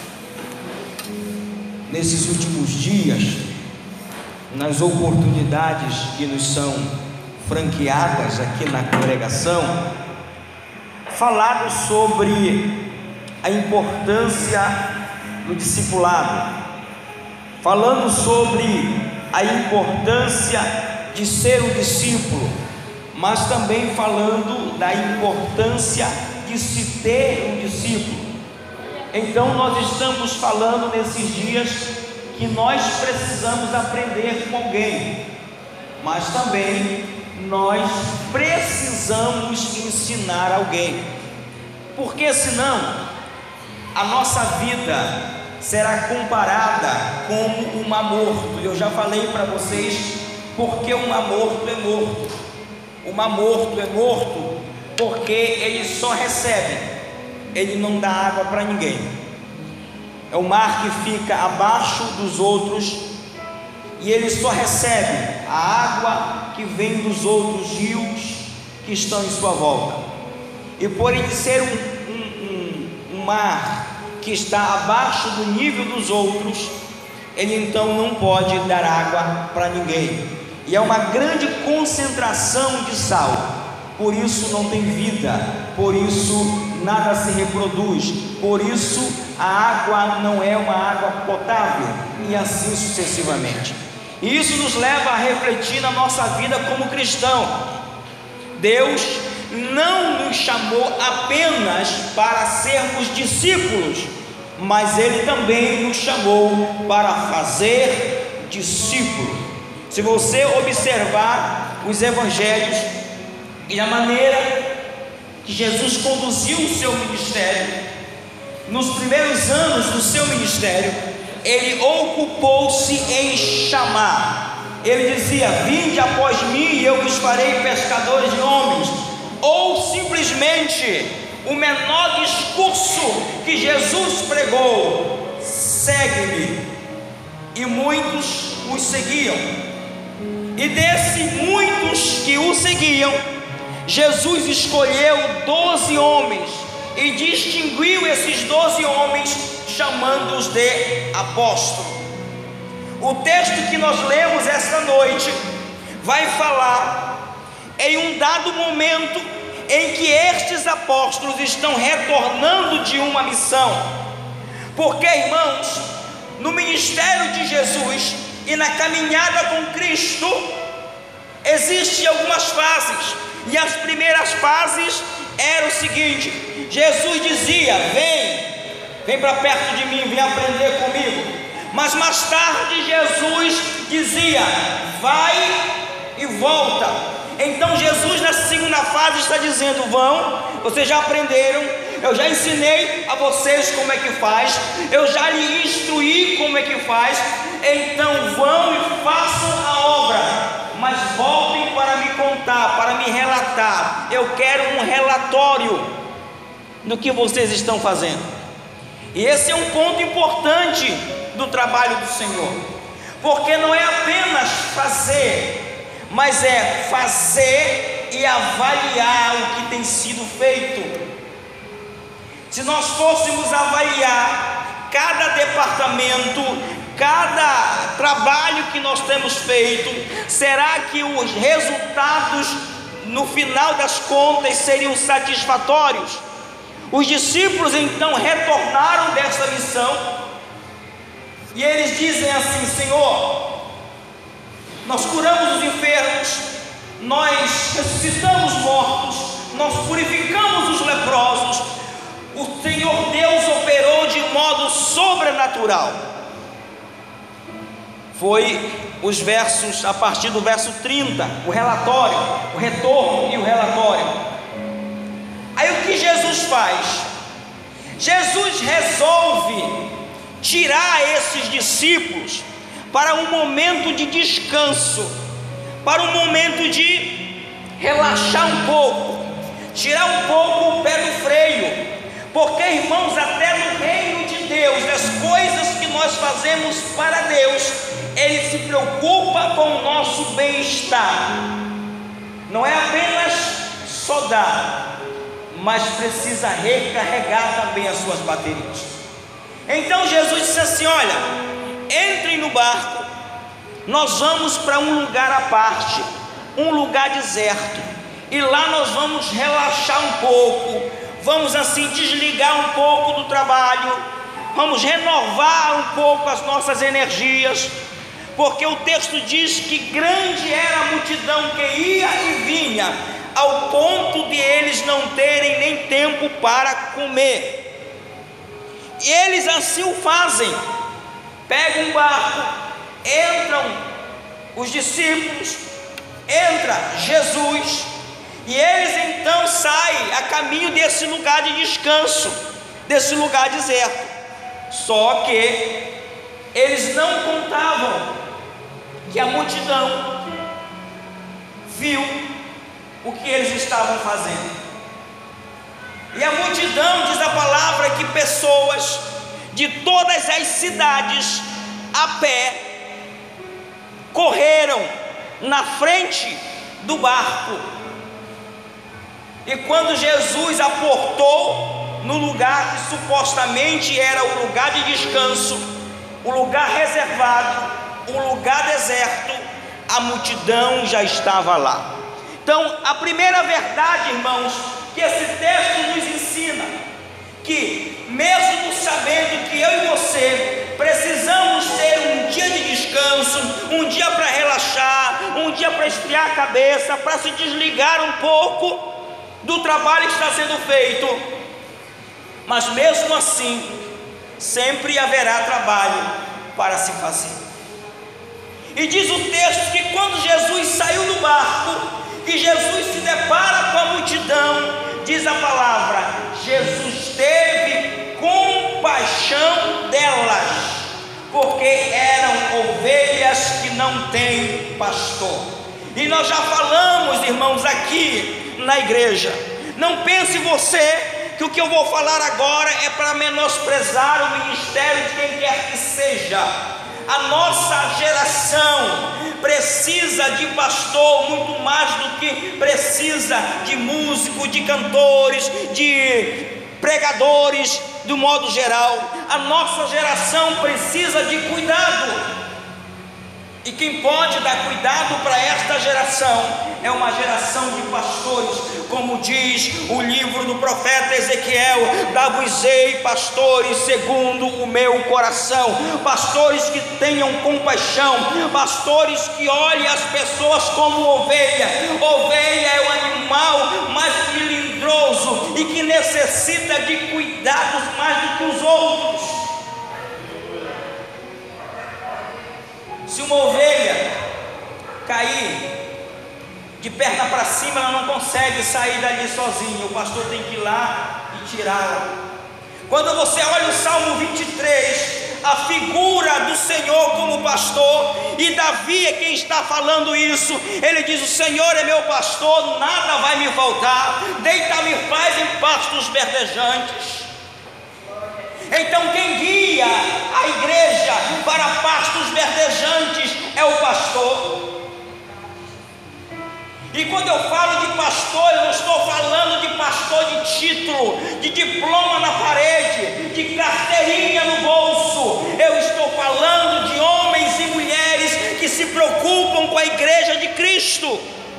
nesses últimos dias, nas oportunidades que nos são franqueadas aqui na congregação, falado sobre a importância no discipulado, falando sobre a importância de ser um discípulo, mas também falando da importância de se ter um discípulo. Então nós estamos falando nesses dias que nós precisamos aprender com alguém, mas também nós precisamos ensinar alguém, porque senão a nossa vida será comparada como um mar morto. Eu já falei para vocês porque um mar morto é morto. O mar morto é morto porque ele só recebe, ele não dá água para ninguém. É o mar que fica abaixo dos outros e ele só recebe a água que vem dos outros rios que estão em sua volta. E por ele ser um mar que está abaixo do nível dos outros, ele então não pode dar água para ninguém, e é uma grande concentração de sal, por isso não tem vida, por isso nada se reproduz, por isso a água não é uma água potável, e assim sucessivamente. E isso nos leva a refletir na nossa vida como cristão. Deus não nos chamou apenas para sermos discípulos, mas Ele também nos chamou para fazer discípulos. Se você observar os evangelhos e a maneira que Jesus conduziu o seu ministério, nos primeiros anos do seu ministério, Ele ocupou-se em chamar. Ele dizia: vinde após mim e eu vos farei pescadores de homens. Ou simplesmente o menor discurso que Jesus pregou: segue-me. E muitos os seguiam. E desses muitos que o seguiam, Jesus escolheu 12 homens e distinguiu esses 12 homens, chamando-os de apóstolos. O texto que nós lemos esta noite vai falar em um dado momento em que estes apóstolos estão retornando de uma missão, porque, irmãos, no ministério de Jesus e na caminhada com Cristo existem algumas fases, e as primeiras fases eram o seguinte: Jesus dizia: vem para perto de mim, vem aprender comigo. Mas mais tarde Jesus dizia: vai e volta. Então Jesus na segunda fase está dizendo: vão, vocês já aprenderam, eu já ensinei a vocês como é que faz, eu já lhe instruí como é que faz, então vão e façam a obra, mas voltem para me contar, para me relatar. Eu quero um relatório do que vocês estão fazendo. E esse é um ponto importante do trabalho do Senhor, porque não é apenas fazer, mas é fazer e avaliar o que tem sido feito. Se nós fôssemos avaliar cada departamento, cada trabalho que nós temos feito, será que os resultados no final das contas seriam satisfatórios? Os discípulos então retornaram dessa missão e eles dizem assim: Senhor, nós curamos os enfermos, nós ressuscitamos mortos, nós purificamos os leprosos, o Senhor Deus operou de modo sobrenatural. Foi os versos, a partir do verso 30, o relatório, o retorno e o relatório. Aí o que Jesus faz? Jesus resolve tirar esses discípulos para um momento de descanso, para um momento de relaxar um pouco, tirar um pouco o pé do freio, porque, irmãos, até no reino de Deus, as coisas que nós fazemos para Deus, Ele se preocupa com o nosso bem-estar. Não é apenas só dar, mas precisa recarregar também as suas baterias. Então Jesus disse assim: olha, entrem no barco, nós vamos para um lugar à parte, um lugar deserto, e lá nós vamos relaxar um pouco, vamos assim desligar um pouco do trabalho, vamos renovar um pouco as nossas energias, porque o texto diz que grande era a multidão que ia e vinha, ao ponto de eles não terem nem tempo para comer. E eles assim o fazem, pegam um barco, entram os discípulos, entra Jesus, e eles então saem a caminho desse lugar de descanso, desse lugar deserto. Só que eles não contavam que a multidão viu o que eles estavam fazendo. E a multidão, diz a palavra, que pessoas de todas as cidades a pé correram na frente do barco. E quando Jesus aportou no lugar que supostamente era o lugar de descanso, o lugar reservado, o lugar deserto, a multidão já estava lá. Então, a primeira verdade, irmãos, que esse texto nos ensina, que mesmo sabendo que eu e você precisamos ter um dia de descanso, um dia para relaxar, um dia para esfriar a cabeça, para se desligar um pouco do trabalho que está sendo feito, mas mesmo assim sempre haverá trabalho para se fazer. E diz o texto que quando Jesus saiu do barco, que Jesus se depara com a multidão, diz a palavra, Jesus teve compaixão delas, porque eram ovelhas que não têm pastor. E nós já falamos, irmãos, aqui na igreja, não pense você que o que eu vou falar agora é para menosprezar o ministério de quem quer que seja. A nossa geração precisa de pastor muito mais do que precisa de músicos, de cantores, de pregadores, do modo geral. A nossa geração precisa de cuidado. E quem pode dar cuidado para esta geração é uma geração de pastores, como diz o livro do profeta Ezequiel: dar-vos-ei pastores segundo o meu coração, pastores que tenham compaixão, pastores que olhem as pessoas como ovelha. Ovelha é o animal mais melindroso e que necessita de cuidados mais do que os outros. Se uma ovelha cair de perna para cima, ela não consegue sair dali sozinha, o pastor tem que ir lá e tirá-la. Quando você olha o Salmo 23, a figura do Senhor como pastor, e Davi é quem está falando isso, ele diz: o Senhor é meu pastor, nada vai me faltar, deita-me faz em pastos verdejantes. Então quem guia a igreja para pastos verdejantes é o pastor. E quando eu falo de pastor, eu não estou falando de pastor de título, de diploma na parede, de carteirinha no bolso. Eu estou falando de homens e mulheres que se preocupam com a igreja de Cristo.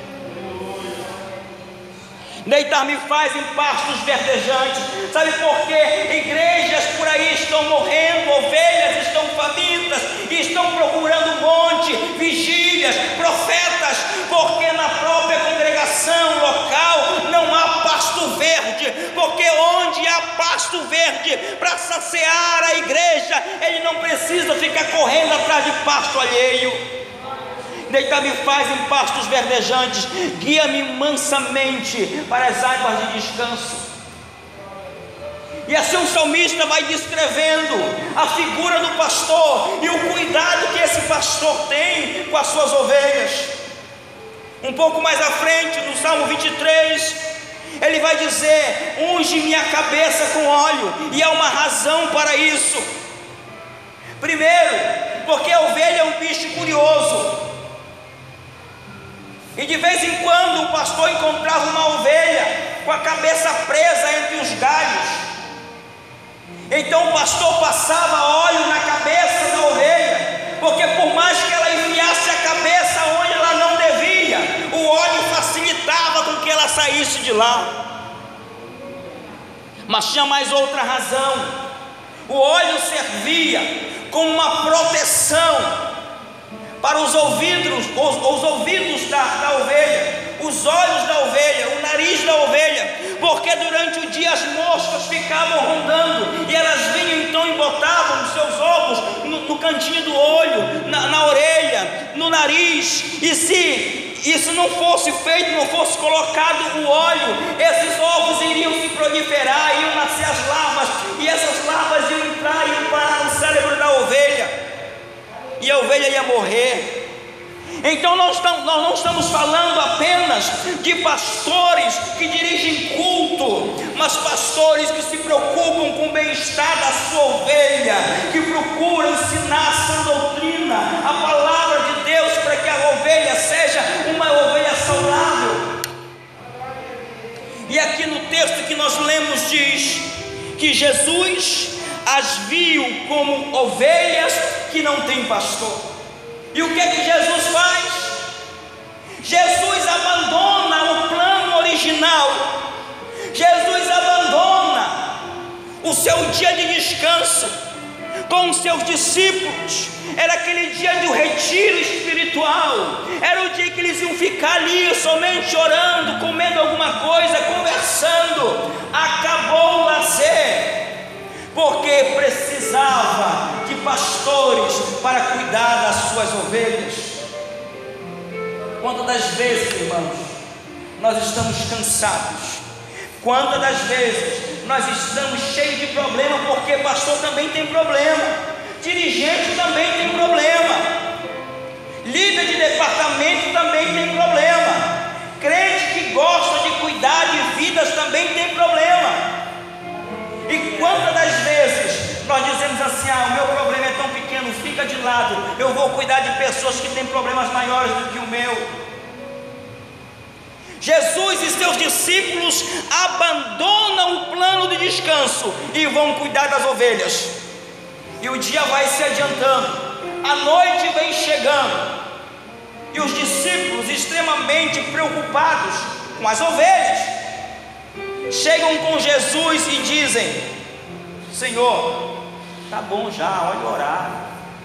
Deitar-me faz em pastos verdejantes. Sabe por quê? Igrejas por aí estão morrendo, ovelhas estão famintas e estão procurando monte, vigílias, profetas, porque na própria congregação local não há pasto verde, porque onde há pasto verde para saciar a igreja, ele não precisa ficar correndo atrás de pasto alheio. Deitar-me faz em pastos verdejantes, guia-me mansamente para as águas de descanso. E assim o salmista vai descrevendo a figura do pastor e o cuidado que esse pastor tem com as suas ovelhas. Um pouco mais à frente, no Salmo 23, ele vai dizer: unge minha cabeça com óleo, e há uma razão para isso. Primeiro, porque a ovelha é um bicho curioso. E de vez em quando o pastor encontrava uma ovelha com a cabeça presa entre os galhos. Então o pastor passava óleo na cabeça da ovelha, porque por mais que ela enfiasse a cabeça onde ela não devia, o óleo facilitava com que ela saísse de lá. Mas tinha mais outra razão. O óleo servia como uma proteção para os ouvidos da ovelha, os olhos da ovelha, o nariz da ovelha, porque durante o dia as moscas ficavam rondando e elas vinham então e botavam os seus ovos no cantinho do olho, na orelha, no nariz. E se isso não fosse feito, não fosse colocado o óleo, esses ovos iriam se proliferar, iam nascer as larvas, e essas larvas iam entrar e iam parar no cérebro da ovelha, e a ovelha ia morrer. Então nós não estamos falando apenas de pastores que dirigem culto, mas pastores que se preocupam com o bem-estar da sua ovelha, que procuram ensinar a sã doutrina, a palavra de Deus, para que a ovelha seja uma ovelha saudável. E aqui no texto que nós lemos diz que Jesus as viu como ovelhas que não têm pastor. E o que é que Jesus faz? Jesus abandona o plano original. Jesus abandona o seu dia de descanso com os seus discípulos. Era aquele dia do retiro espiritual. Era o dia que eles iam ficar ali somente orando, comendo alguma coisa, conversando. Acabou o lazer, porque precisava de pastores para cuidar das suas ovelhas. Quantas das vezes, irmãos, nós estamos cansados? Quantas das vezes nós estamos cheios de problema, porque pastor também tem problema, dirigente também tem problema, líder de departamento também tem problema, crente que gosta de cuidar de vidas também tem problema. E quantas das vezes nós dizemos assim: o meu problema é tão pequeno, fica de lado, eu vou cuidar de pessoas que têm problemas maiores do que o meu. Jesus e seus discípulos abandonam o plano de descanso e vão cuidar das ovelhas. E o dia vai se adiantando, a noite vem chegando, e os discípulos, extremamente preocupados com as ovelhas, chegam com Jesus e dizem: Senhor, tá bom já, olha o horário.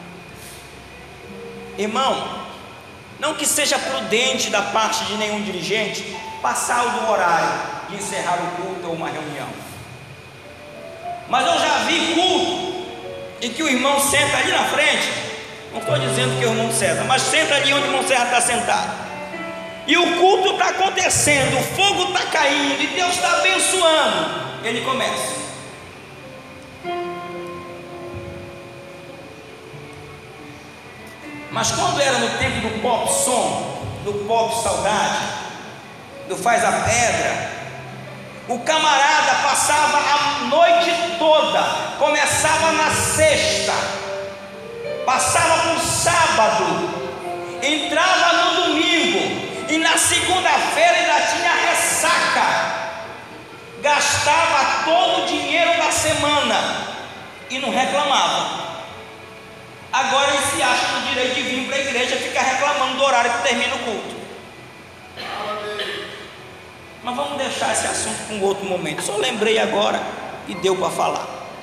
Irmão, não que seja prudente da parte de nenhum dirigente passar do horário de encerrar o culto ou uma reunião, mas eu já vi culto em que o irmão senta ali na frente. Não estou dizendo que é o irmão César, mas senta ali onde o irmão César está sentado, e o culto está acontecendo, o fogo está caindo e Deus está abençoando. Ele começa: mas quando era no tempo do pop som, do pop saudade, do faz a pedra, o camarada passava a noite toda, começava na sexta, passava no sábado, entrava no domingo, e na segunda-feira ainda tinha ressaca, gastava todo o dinheiro da semana e não reclamava. Agora ele se acha no direito de vir para a igreja e ficar reclamando do horário que termina o culto. Mas vamos deixar esse assunto para um outro momento. Só lembrei agora e deu para falar.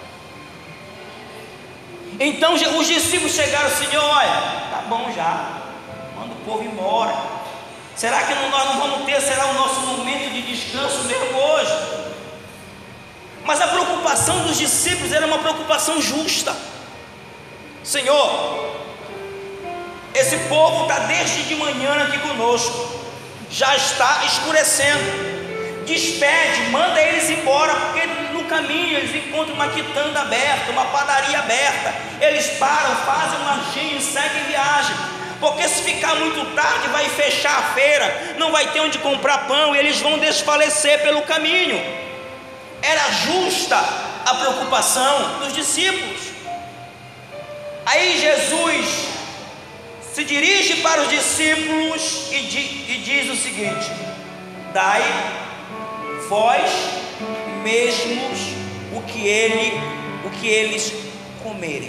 Então os discípulos chegaram assim: Senhor, olha, tá bom já, manda o povo embora. Será que nós não vamos ter, será o nosso momento de descanso mesmo hoje? Mas a preocupação dos discípulos era uma preocupação justa. Senhor, esse povo está desde de manhã aqui conosco, já está escurecendo, despede, manda eles embora, porque no caminho eles encontram uma quitanda aberta, uma padaria aberta, eles param, fazem um lanchinho e seguem viagem, porque se ficar muito tarde vai fechar a feira, não vai ter onde comprar pão e eles vão desfalecer pelo caminho. Era justa a preocupação dos discípulos. Aí Jesus se dirige para os discípulos e diz o seguinte: dai vós mesmos o que eles comerem.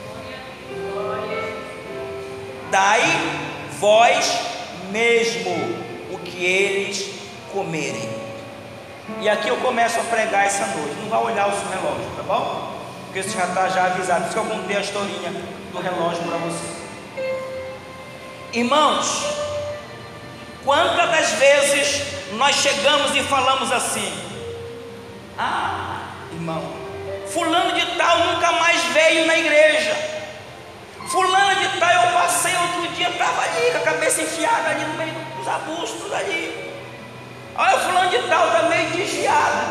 Dai vós mesmo o que eles comerem. E aqui eu começo a pregar essa noite. Não vai olhar o seu relógio, tá bom? porque você já está já avisado. Por isso que eu contei a historinha do relógio para você. Irmãos, quantas das vezes nós chegamos e falamos assim: ah, irmão, fulano de tal nunca mais veio na igreja. Fulano de tal, eu passei outro dia, estava ali com a cabeça enfiada ali no meio dos arbustos ali. Olha, fulano de tal está meio desviado.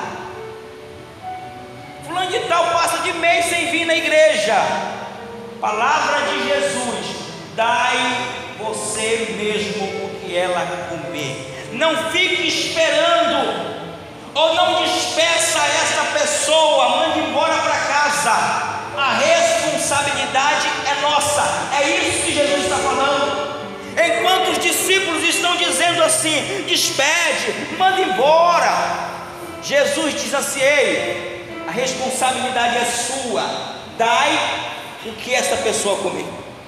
Fulano de tal passa de mês sem vir na igreja. Palavra de Jesus: dai você mesmo o que ela comer. Não fique esperando, ou não despeça essa pessoa, mande embora para casa. A responsabilidade é nossa. É isso que Jesus está falando. Enquanto os discípulos estão dizendo assim: despede, manda embora, Jesus diz assim: ei, a responsabilidade é sua. Dai o que essa pessoa comer.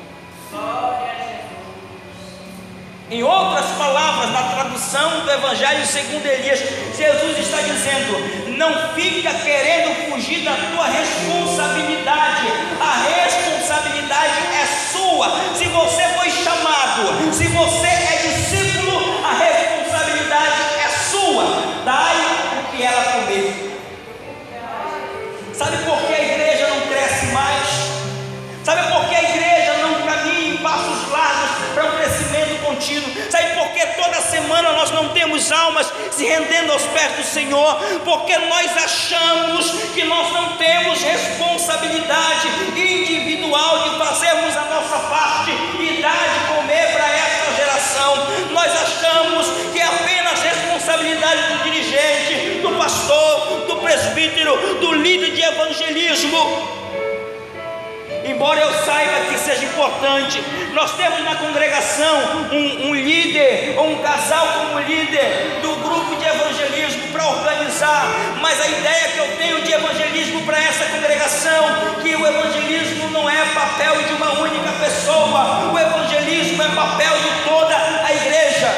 Em outras palavras, na tradução do Evangelho segundo Elias, Jesus está dizendo: não fica querendo fugir da tua responsabilidade. A responsabilidade é sua. Se você foi chamado, se você é discípulo, a responsabilidade é sua. Dai o que ela comer. Sabe por que a igreja não cresce mais? Sabe por que a igreja não caminha em passos largos para um crescimento contínuo? Sabe por que toda semana nós não temos almas se rendendo aos pés do Senhor? Porque nós achamos que nós não temos responsabilidade individual de fazermos a nossa parte e dar de comer para essa geração. Nós achamos que é apenas responsabilidade do dirigente, do pastor, do presbítero, do líder de evangelismo. Embora eu saiba que seja importante, nós temos na congregação um líder, ou um casal como líder do grupo de evangelismo para organizar, mas a ideia que eu tenho de evangelismo para essa congregação, que o evangelismo não é papel de uma única pessoa, o evangelismo é papel de toda a igreja.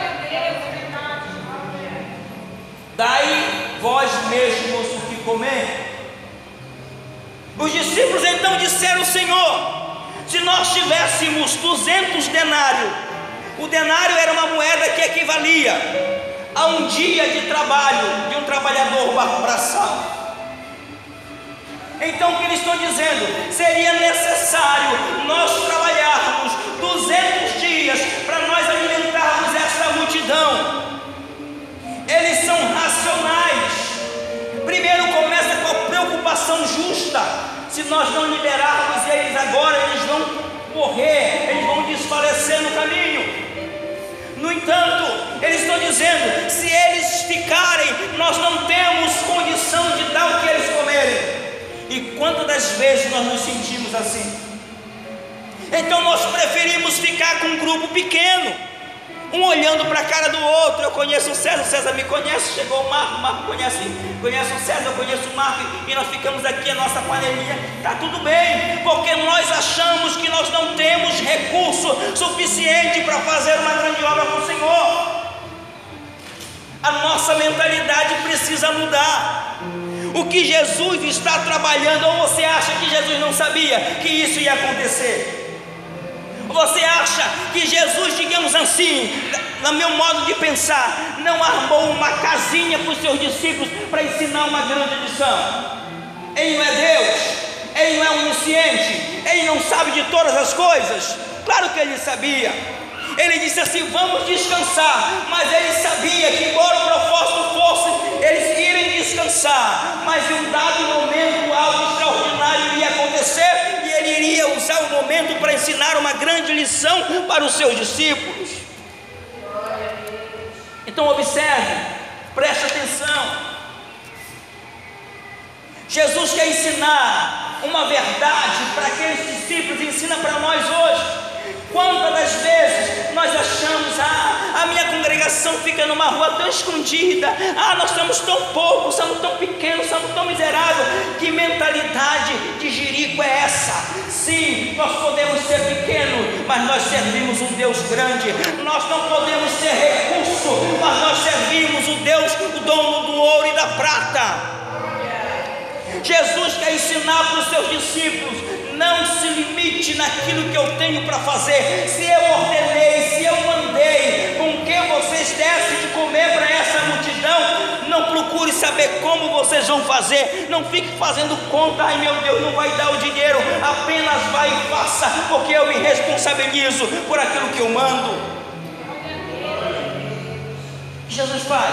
Daí vós mesmos o que comer. Os discípulos então disseram: Senhor, se nós tivéssemos 200 denários, o denário era uma moeda que equivalia a um dia de trabalho de um trabalhador braçal. Então o que eles estão dizendo? Seria necessário nós trabalharmos 200 dias para nós alimentarmos essa multidão. Eles são racionais. Primeiro começa com a preocupação justa. Se nós não liberarmos eles agora, eles vão morrer, eles vão desfalecer no caminho. No entanto, eles estão dizendo: se eles ficarem, nós não temos condição de dar o que eles comerem. E quantas das vezes nós nos sentimos assim? Então nós preferimos ficar com um grupo pequeno, um olhando para a cara do outro. Eu conheço o César me conhece, chegou o Marco conhece o César, eu conheço o Marco, e nós ficamos aqui a nossa panelinha, está tudo bem, porque nós achamos que nós não temos recurso suficiente para fazer uma grande obra com o Senhor. A nossa mentalidade precisa mudar. O que Jesus está trabalhando, ou você acha que Jesus não sabia que isso ia acontecer? Você acha que Jesus, digamos assim, no meu modo de pensar, não armou uma casinha para os seus discípulos para ensinar uma grande lição? Ele não é Deus, ele não é onisciente, ele não sabe de todas as coisas? Claro que ele sabia. Ele disse assim: vamos descansar. Mas ele sabia que, embora o propósito fosse eles irem descansar, mas em um dado momento algo extraordinário iria acontecer, e ele iria usar o momento para ensinar uma grande lição para os seus discípulos. Então observe, preste atenção. Jesus quer ensinar uma verdade para aqueles discípulos, ensina para nós hoje. Quantas das vezes nós achamos: a minha congregação fica numa rua tão escondida, nós somos tão poucos, somos tão pequenos, somos tão miseráveis. Que mentalidade de jirico é essa? Sim, nós podemos ser pequenos, mas nós servimos um Deus grande. Nós não podemos ter recurso, mas nós servimos o Deus, o dono do ouro e da prata. Jesus quer ensinar para os seus discípulos: não se limite naquilo que eu tenho para fazer. Se eu ordenei, se eu mandei com que vocês dessem de comer para essa multidão, não procure saber como vocês vão fazer, não fique fazendo conta: ai meu Deus, não vai dar o dinheiro. Apenas vai e faça, porque eu me responsabilizo por aquilo que eu mando. Jesus faz.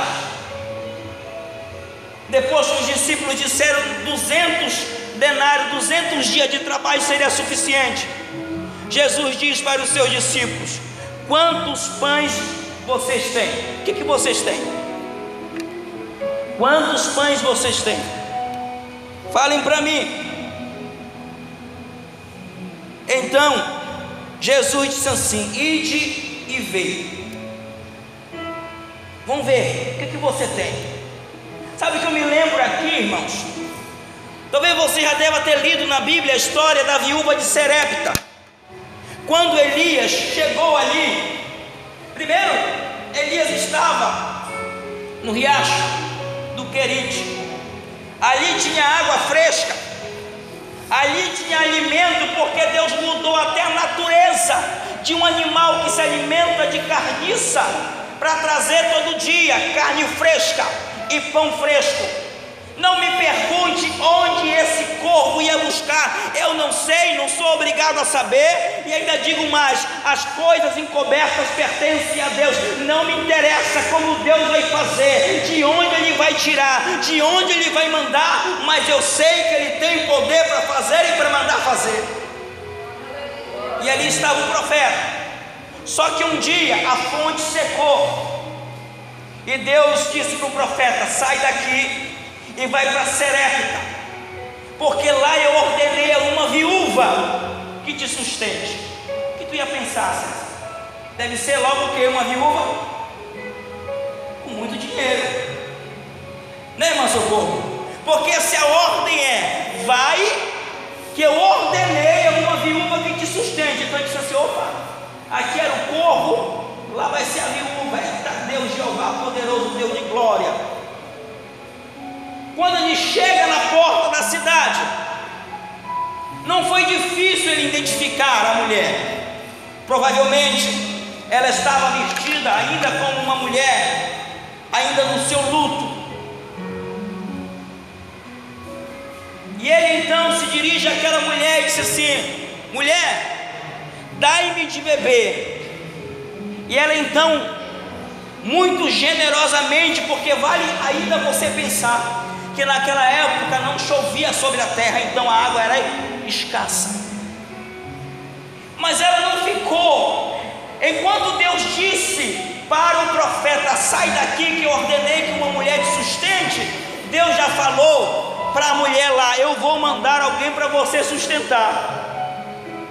Depois que os discípulos disseram 200 denários, 200 dias de trabalho seria suficiente, Jesus diz para os seus discípulos: quantos pães vocês têm? O que vocês têm? Quantos pães vocês têm? Falem para mim. Então Jesus disse assim: ide e vê. Vamos ver, o que você tem? Sabe o que eu me lembro aqui, irmãos? Talvez você já deva ter lido na Bíblia a história da viúva de Serepta. Quando Elias chegou ali, primeiro, Elias estava no riacho do Querite. Ali tinha água fresca, ali tinha alimento, porque Deus mudou até a natureza de um animal que se alimenta de carniça para trazer todo dia carne fresca e pão fresco. Não me pergunte onde esse corvo ia buscar, eu não sei, não sou obrigado a saber. E ainda digo mais: as coisas encobertas pertencem a Deus. Não me interessa como Deus vai fazer, de onde Ele vai tirar, de onde Ele vai mandar, mas eu sei que Ele tem poder para fazer e para mandar fazer. E ali estava o profeta. Só que um dia a fonte secou, e Deus disse para o profeta: sai daqui e vai para Serepta, porque lá eu ordenei a uma viúva que te sustente. O que tu ia pensar, César? Deve ser logo o que? Uma viúva com muito dinheiro, né, irmão Socorro? Porque se a ordem é vai, que eu ordenei a uma viúva que te sustente, então eu disse assim: opa, aqui era o corvo, lá vai ser a viúva. Eita Deus, Jeová poderoso, Deus de glória. Quando ele chega na porta da cidade, não foi difícil ele identificar a mulher. Provavelmente ela estava vestida ainda como uma mulher, ainda no seu luto. E ele então se dirige àquela mulher e disse assim: mulher, dai-me de beber. E ela então, muito generosamente, porque vale ainda você pensar que naquela época não chovia sobre a terra, então a água era escassa. Mas ela não ficou. Enquanto Deus disse para o profeta: sai daqui que eu ordenei que uma mulher te sustente, Deus já falou para a mulher lá: eu vou mandar alguém para você sustentar.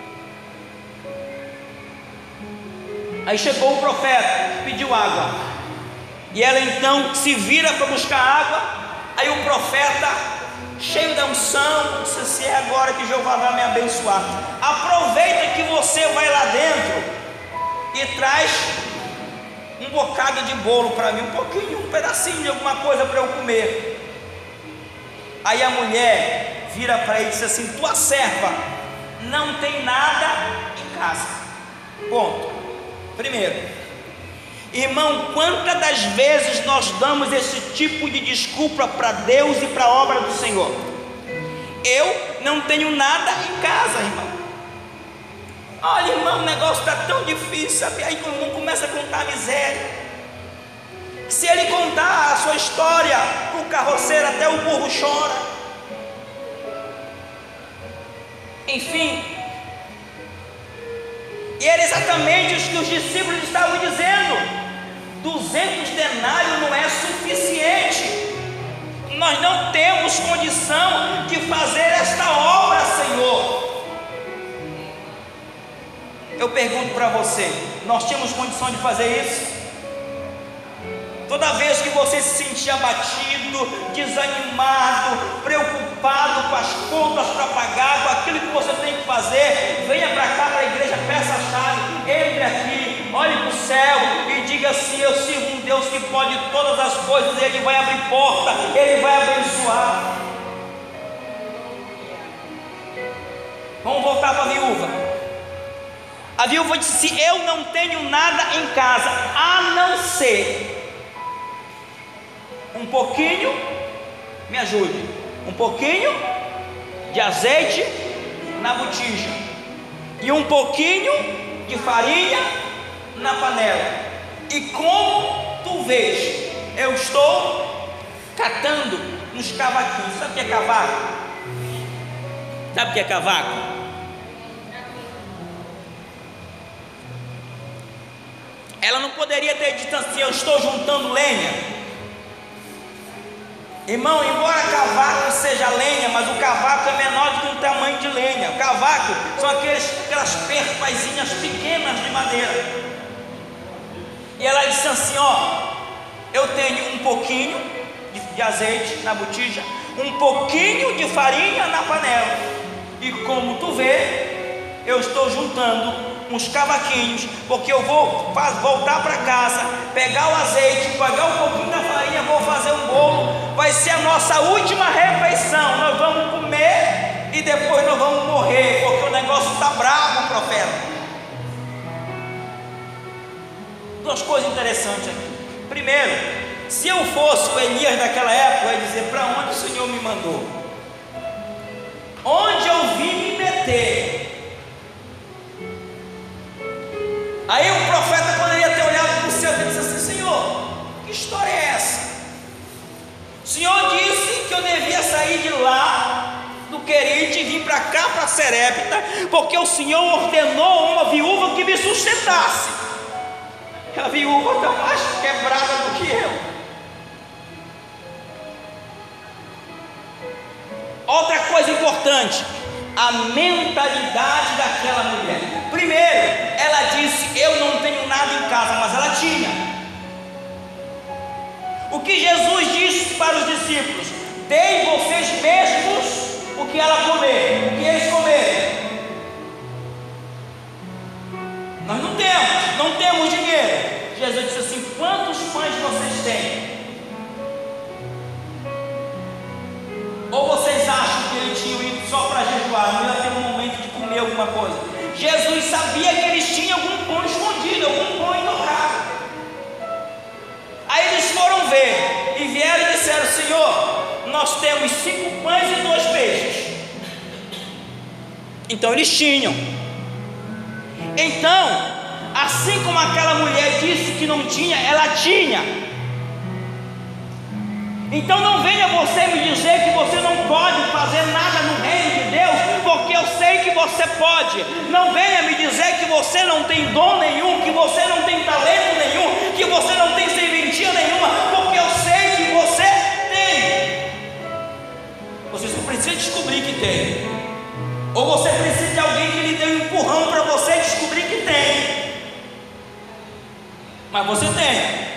Aí chegou o profeta, pediu água, e ela então se vira para buscar água. Aí o profeta, cheio da unção, disse: se é agora que Jeová vai me abençoar, aproveita que você vai lá dentro e traz um bocado de bolo para mim, um pouquinho, um pedacinho de alguma coisa para eu comer. Aí a mulher vira para ele e diz assim: tua serva não tem nada em casa. Ponto. Primeiro, irmão, quantas das vezes nós damos esse tipo de desculpa para Deus e para a obra do Senhor? Eu não tenho nada em casa, irmão. Olha, irmão, o negócio está tão difícil, sabe? Aí o irmão começa a contar a miséria. Se ele contar a sua história para o carroceiro, até o burro chora. Enfim, e era exatamente o que os discípulos estavam dizendo: 200 denários não é suficiente, nós não temos condição de fazer esta obra, Senhor. Eu pergunto para você: nós tínhamos condição de fazer isso? Toda vez que você se sentir abatido, desanimado, preocupado com as contas para pagar, com aquilo que você tem que fazer, venha para cá, para a igreja, peça a chave, entre aqui, olhe para o céu e diga assim: eu sirvo um Deus que pode todas as coisas, Ele vai abrir porta, Ele vai abençoar. Vamos voltar para a viúva. A viúva disse: eu não tenho nada em casa, a não ser um pouquinho, me ajude, um pouquinho de azeite na botija e um pouquinho de farinha na panela. E como tu vês, eu estou catando nos cavaquinhos. Sabe o que é cavaco? Sabe o que é cavaco? Ela não poderia ter dito assim: eu estou juntando lenha. Irmão, embora cavaco seja lenha, mas o cavaco é menor do que um tamanho de lenha. O cavaco são aquelas perpazinhas pequenas de madeira. E ela disse assim: ó, eu tenho um pouquinho de azeite na botija, um pouquinho de farinha na panela, e como tu vê, eu estou juntando uns cavaquinhos, porque eu vou voltar para casa, pegar o azeite, pegar um pouquinho da farinha, vou fazer um bolo, vai ser a nossa última refeição, nós vamos comer e depois nós vamos morrer, porque o negócio está bravo, profeta. Duas coisas interessantes aqui. Primeiro, se eu fosse o Elias daquela época, eu ia dizer: para onde o Senhor me mandou? Onde eu vim me meter? Aí o profeta poderia ter olhado para o céu e disse assim: Senhor, que história é essa? O Senhor disse que eu devia sair de lá do Querite e vir para cá, para Serepta, porque o Senhor ordenou uma viúva que me sustentasse. A viúva está mais quebrada do que eu. Outra coisa importante, a mentalidade daquela mulher. Primeiro, ela disse: eu não tenho nada em casa, mas ela tinha. O que Jesus disse para os discípulos: deem vocês mesmos o que ela comer, o que eles comerem. Nós não temos dinheiro. Jesus disse assim: quantos pães vocês têm? Ou vocês acham que ele tinha ido só para jejuar, não ia ter um momento de comer alguma coisa? Jesus sabia que eles tinham algum pão escondido, algum pão entorrado. Aí eles foram ver e vieram e disseram: Senhor, nós temos 5 pães e 2 peixes. Então eles tinham. Então, assim como aquela mulher disse que não tinha, ela tinha. Então não venha você me dizer que você não pode fazer nada no reino de Deus, porque eu sei que você pode. Não venha me dizer que você não tem dom nenhum, que você não tem talento nenhum, que você não tem serventia nenhuma, porque eu sei que você tem. Você só precisa descobrir que tem, ou você precisa de alguém que lhe dê um empurrão para você descobrir que tem. Mas você tem.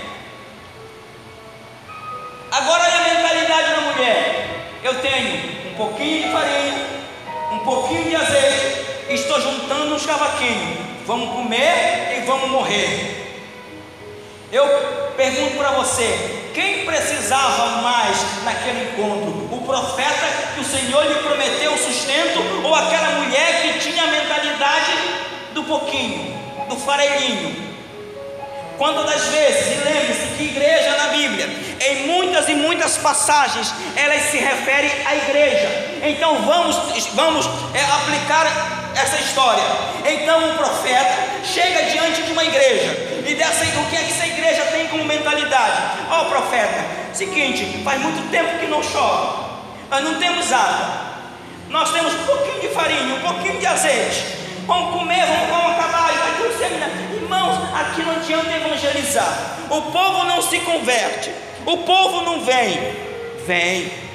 Agora olha a mentalidade da mulher: eu tenho um pouquinho de farinha, um pouquinho de azeite, estou juntando uns cavaquinhos, vamos comer e vamos morrer. Eu pergunto para você: quem precisava mais naquele encontro? O profeta que o Senhor lhe prometeu o sustento, ou aquela mulher que tinha a mentalidade do pouquinho, do farelinho? Quantas das vezes, e lembre-se que igreja na Bíblia, em muitas e muitas passagens, elas se referem à igreja. Então vamos aplicar essa história. Então o profeta chega diante de uma igreja, e o que é que essa igreja tem como mentalidade? Ó, profeta, seguinte, faz muito tempo que não chove, nós não temos água, nós temos um pouquinho de farinha, um pouquinho de azeite, vamos comer, vamos acabar, e vai tudo terminar. Irmãos, aqui não adianta evangelizar, o povo não se converte, o povo não vem.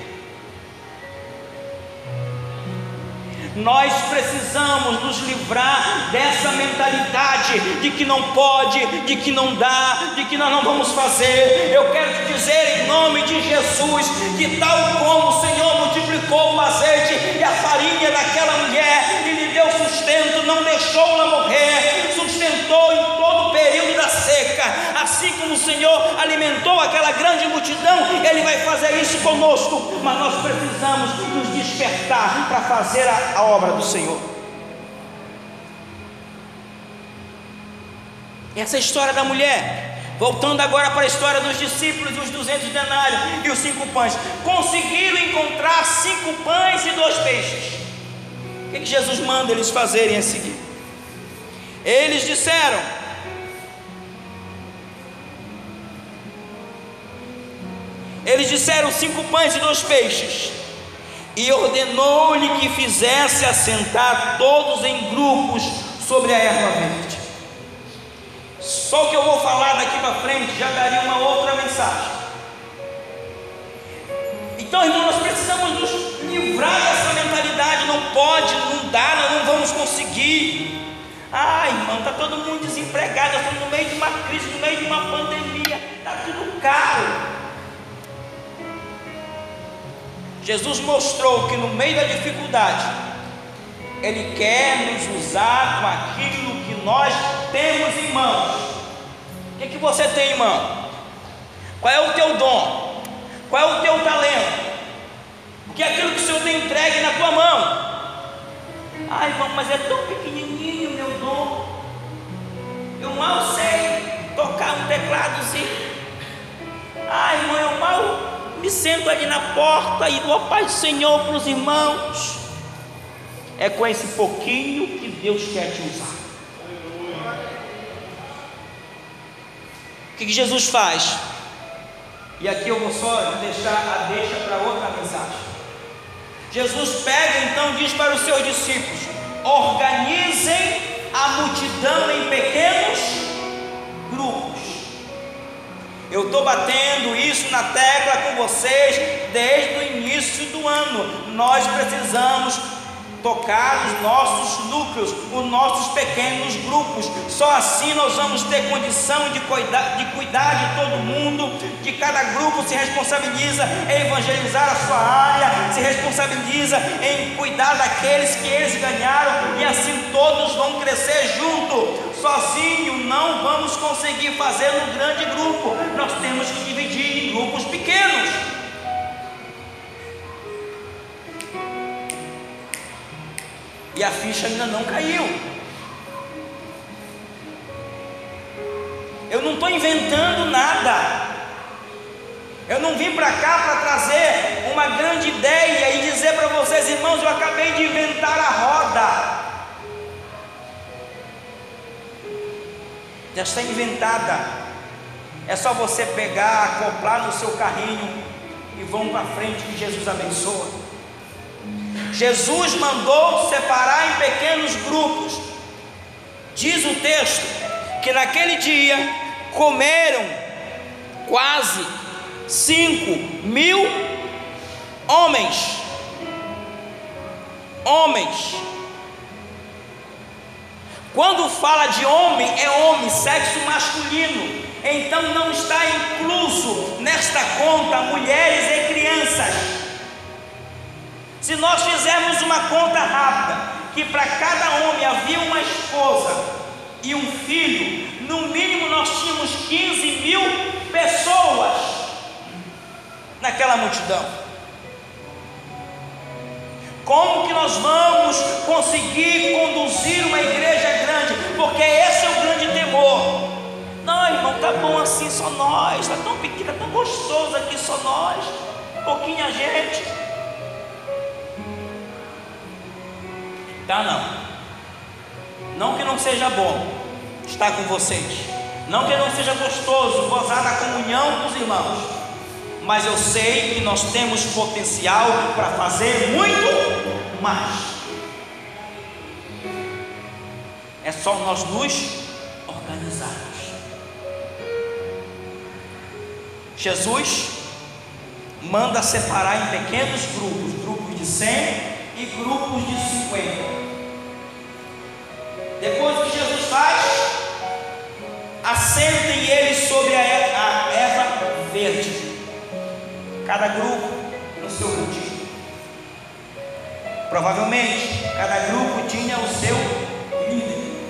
Nós precisamos nos livrar dessa mentalidade de que não pode, de que não dá, de que nós não vamos fazer. Eu quero te dizer em nome de Jesus que tal como o Senhor multiplicou o azeite e a farinha daquela mulher e lhe deu sustento, não deixou-la morrer, sustentou em todo o período da seca, assim como o Senhor alimentou aquela grande multidão, Ele vai fazer isso conosco. Mas nós precisamos nos despertar para fazer a obra do Senhor. Essa é a história da mulher. Voltando agora para a história dos discípulos, os 200 denários e os 5 pães. Conseguiram encontrar 5 pães e 2 peixes. O que Jesus manda eles fazerem a seguir? Eles disseram: Eles disseram 5 pães e 2 peixes, e ordenou-lhe que fizesse assentar todos em grupos sobre a erva verde. Só o que eu vou falar daqui para frente já daria uma outra mensagem. Então, irmão, nós precisamos nos livrar dessa mentalidade. Não pode, não dá, nós não vamos conseguir. Ah, irmão, está todo mundo desempregado, nós estamos no meio de uma crise, no meio de uma pandemia, está tudo caro. Jesus mostrou que no meio da dificuldade Ele quer nos usar com aquilo que nós temos em mãos. O que você tem em mão? Qual é o teu dom? Qual é o teu talento? O que é aquilo que o Senhor tem entregue na tua mão? Ai, irmão, mas é tão pequenininho o meu dom. Eu mal sei tocar um tecladozinho. Ai, irmão, eu mal me sento ali na porta e dou a paz do Senhor para os irmãos. É com esse pouquinho que Deus quer te usar. O que Jesus faz? E aqui eu vou só deixar a deixa para outra mensagem. Jesus pega então e diz para os seus discípulos: organizem a multidão em pequenos grupos. Eu estou batendo isso na tecla com vocês desde o início do ano. Nós precisamos tocar os nossos núcleos, os nossos pequenos grupos. Só assim nós vamos ter condição de cuidar de todo mundo. De cada grupo se responsabiliza em evangelizar a sua área, se responsabiliza em cuidar daqueles que eles ganharam, e assim todos vão crescer junto. Sozinho não vamos conseguir fazer um grande grupo. Nós temos que dividir em grupos pequenos. E a ficha ainda não caiu. Eu não estou inventando nada. Eu não vim para cá para trazer uma grande ideia e dizer para vocês, irmãos, eu acabei de inventar a roda. Já está inventada. É só você pegar, acoplar no seu carrinho e vão para frente, que Jesus abençoa. Jesus mandou separar em pequenos grupos. Diz o texto que naquele dia comeram quase 5.000 homens. Quando fala de homem, é homem, sexo masculino. Então não está incluso nesta conta mulheres e crianças. Se nós fizermos uma conta rápida, que para cada homem havia uma esposa e um filho, no mínimo nós tínhamos 15.000 pessoas naquela multidão. Como que nós vamos conseguir conduzir uma igreja grande? Porque esse é o grande temor. Não, irmão, tá bom assim, só nós, tá tão pequeno, tá tão gostoso aqui, só nós, pouquinha gente. Tá, não que não seja bom estar com vocês, não que não seja gostoso gozar da comunhão com os irmãos, mas eu sei que nós temos potencial para fazer muito mais. É só nós nos organizarmos. Jesus manda separar em pequenos grupos de 100 e grupos de 50. Depois o que Jesus faz? Assentem eles sobre a erva verde, cada grupo no seu cantinho. Provavelmente cada grupo tinha o seu líder.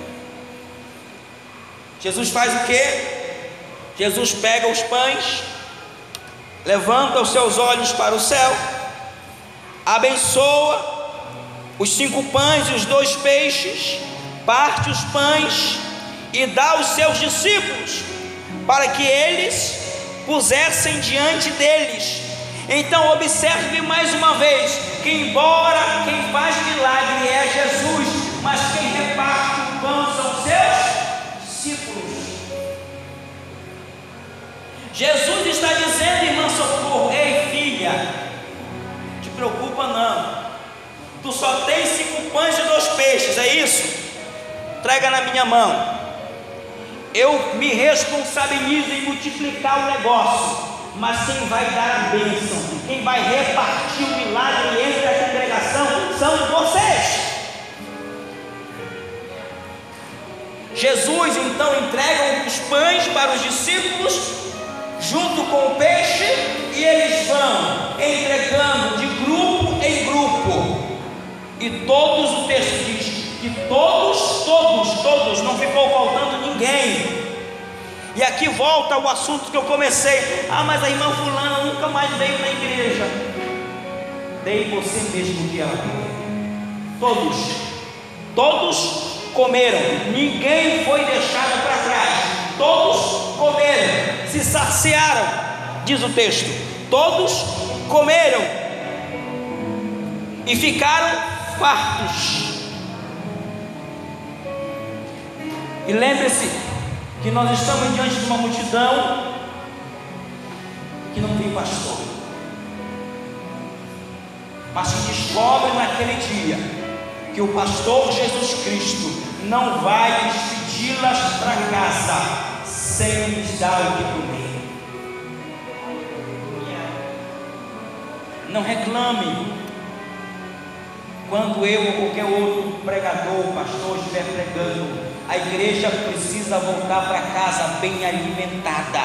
Jesus faz o que? Jesus pega os pães, levanta os seus olhos para o céu, abençoa os 5 pães e os 2 peixes, parte os pães e dá aos seus discípulos, para que eles pusessem diante deles. Então observe mais uma vez, que embora quem faz milagre é Jesus, mas quem reparte o pão são seus discípulos. Jesus está dizendo, irmã Socorro: ei filha, te preocupa não, tu só tens 5 pães e 2 peixes, é isso? Entrega na minha mão, eu me responsabilizo em multiplicar o negócio, mas quem vai dar a bênção, quem vai repartir o milagre entre a congregação são vocês. Jesus então entrega os pães para os discípulos junto com o peixe, e eles vão entregando de grupo em grupo, e todos, o texto diz que todos, não ficou faltando ninguém. E aqui volta o assunto que eu comecei: mas a irmã fulana nunca mais veio na igreja. Dei você mesmo que ela comeu. Todos comeram, ninguém foi deixado para trás, todos comeram, se saciaram, diz o texto, todos comeram e ficaram fartos. E lembre-se que nós estamos diante de uma multidão que não tem pastor, mas que descobre naquele dia que o pastor Jesus Cristo não vai despedi-las para casa sem lhes dar o que comer. Não reclame quando eu ou qualquer outro pregador, pastor estiver pregando. A igreja precisa voltar para casa bem alimentada,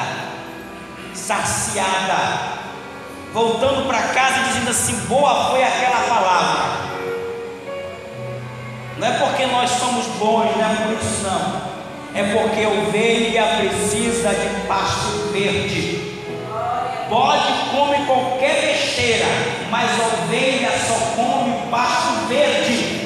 saciada, voltando para casa dizendo assim: boa foi aquela palavra. Não é porque nós somos bons, não é por isso não, é porque a ovelha precisa de pasto verde. Pode comer qualquer besteira, mas a ovelha só come pasto verde.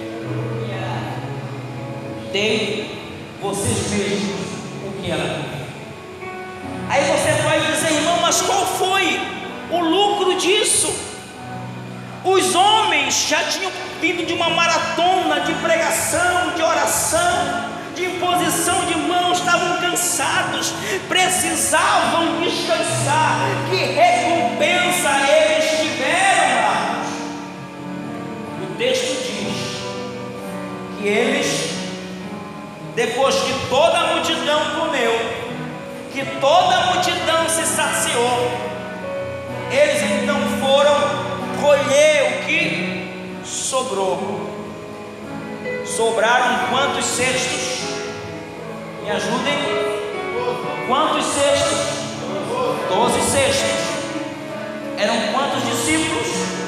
Dê vocês mesmos o que ela come. Aí você vai dizer: irmão, mas qual foi o lucro disso? Os homens já tinham vindo de uma maratona de pregação, de oração, de imposição de mãos, estavam cansados, precisavam descansar. Que recompensa eles tiveram? O texto diz que eles, depois que toda a multidão comeu, que toda a multidão se saciou, eles então foram colher o que sobrou. Sobraram quantos cestos? Me ajudem. Quantos cestos? 12 cestos. Eram quantos discípulos?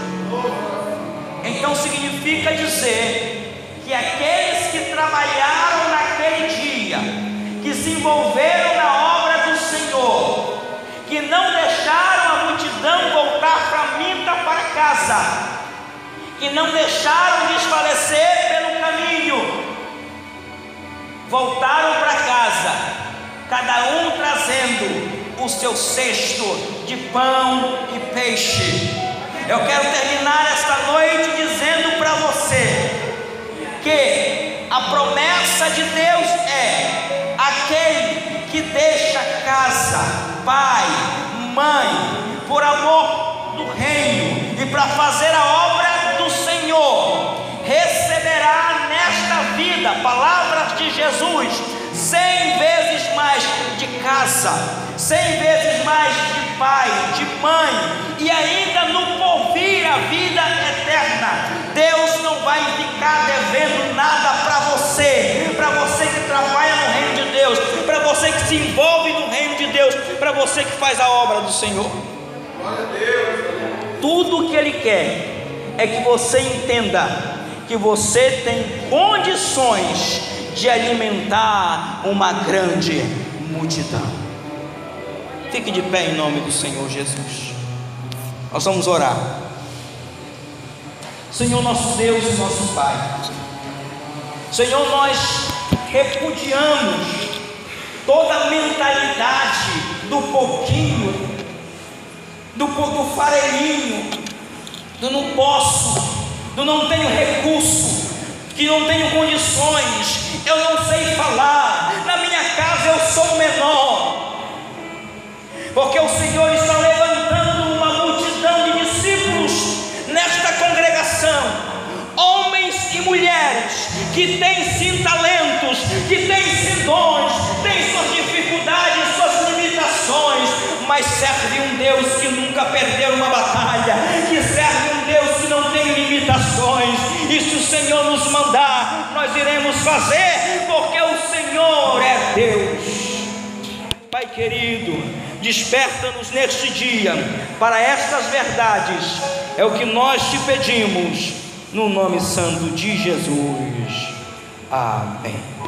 Então significa dizer que aqueles que trabalharam naquele dia, que se envolveram na obra do Senhor, que não deixaram a multidão voltar faminta para casa, que não deixaram desfalecer pelo caminho, voltaram para casa, cada um trazendo o seu cesto de pão e peixe. Eu quero terminar esta noite dizendo para você que a promessa de Deus é: aquele que deixa casa, pai, mãe, por amor do reino e para fazer a obra do Senhor, receberá nesta vida, palavras de Jesus, 100 vezes mais de casa, 100 vezes mais de pai, de mãe, e ainda no porvir a vida eterna. Deus não vai ficar devendo nada para você que trabalha no reino de Deus, para você que se envolve no reino de Deus, para você que faz a obra do Senhor. Glória a Deus. Tudo o que Ele quer é que você entenda que você tem condições de alimentar uma grande multidão. Fique de pé em nome do Senhor Jesus. Nós vamos orar. Senhor nosso Deus e nosso Pai, Senhor, nós repudiamos toda a mentalidade do pouquinho, do farelinho, do não posso, do não tenho recurso, que não tenho condições, eu não sei falar, na minha casa eu sou o menor, porque o Senhor está levantando uma multidão de discípulos nesta congregação, homens e mulheres que têm sim talentos, que têm sim dons, têm suas dificuldades, suas limitações, mas serve um Deus que nunca perdeu uma batalha, que serve um Deus que não tem limitações. E se o Senhor nos mandar, nós iremos fazer, porque o Senhor é Deus. Pai querido, desperta-nos neste dia para estas verdades, é o que nós te pedimos, no nome santo de Jesus. Amém.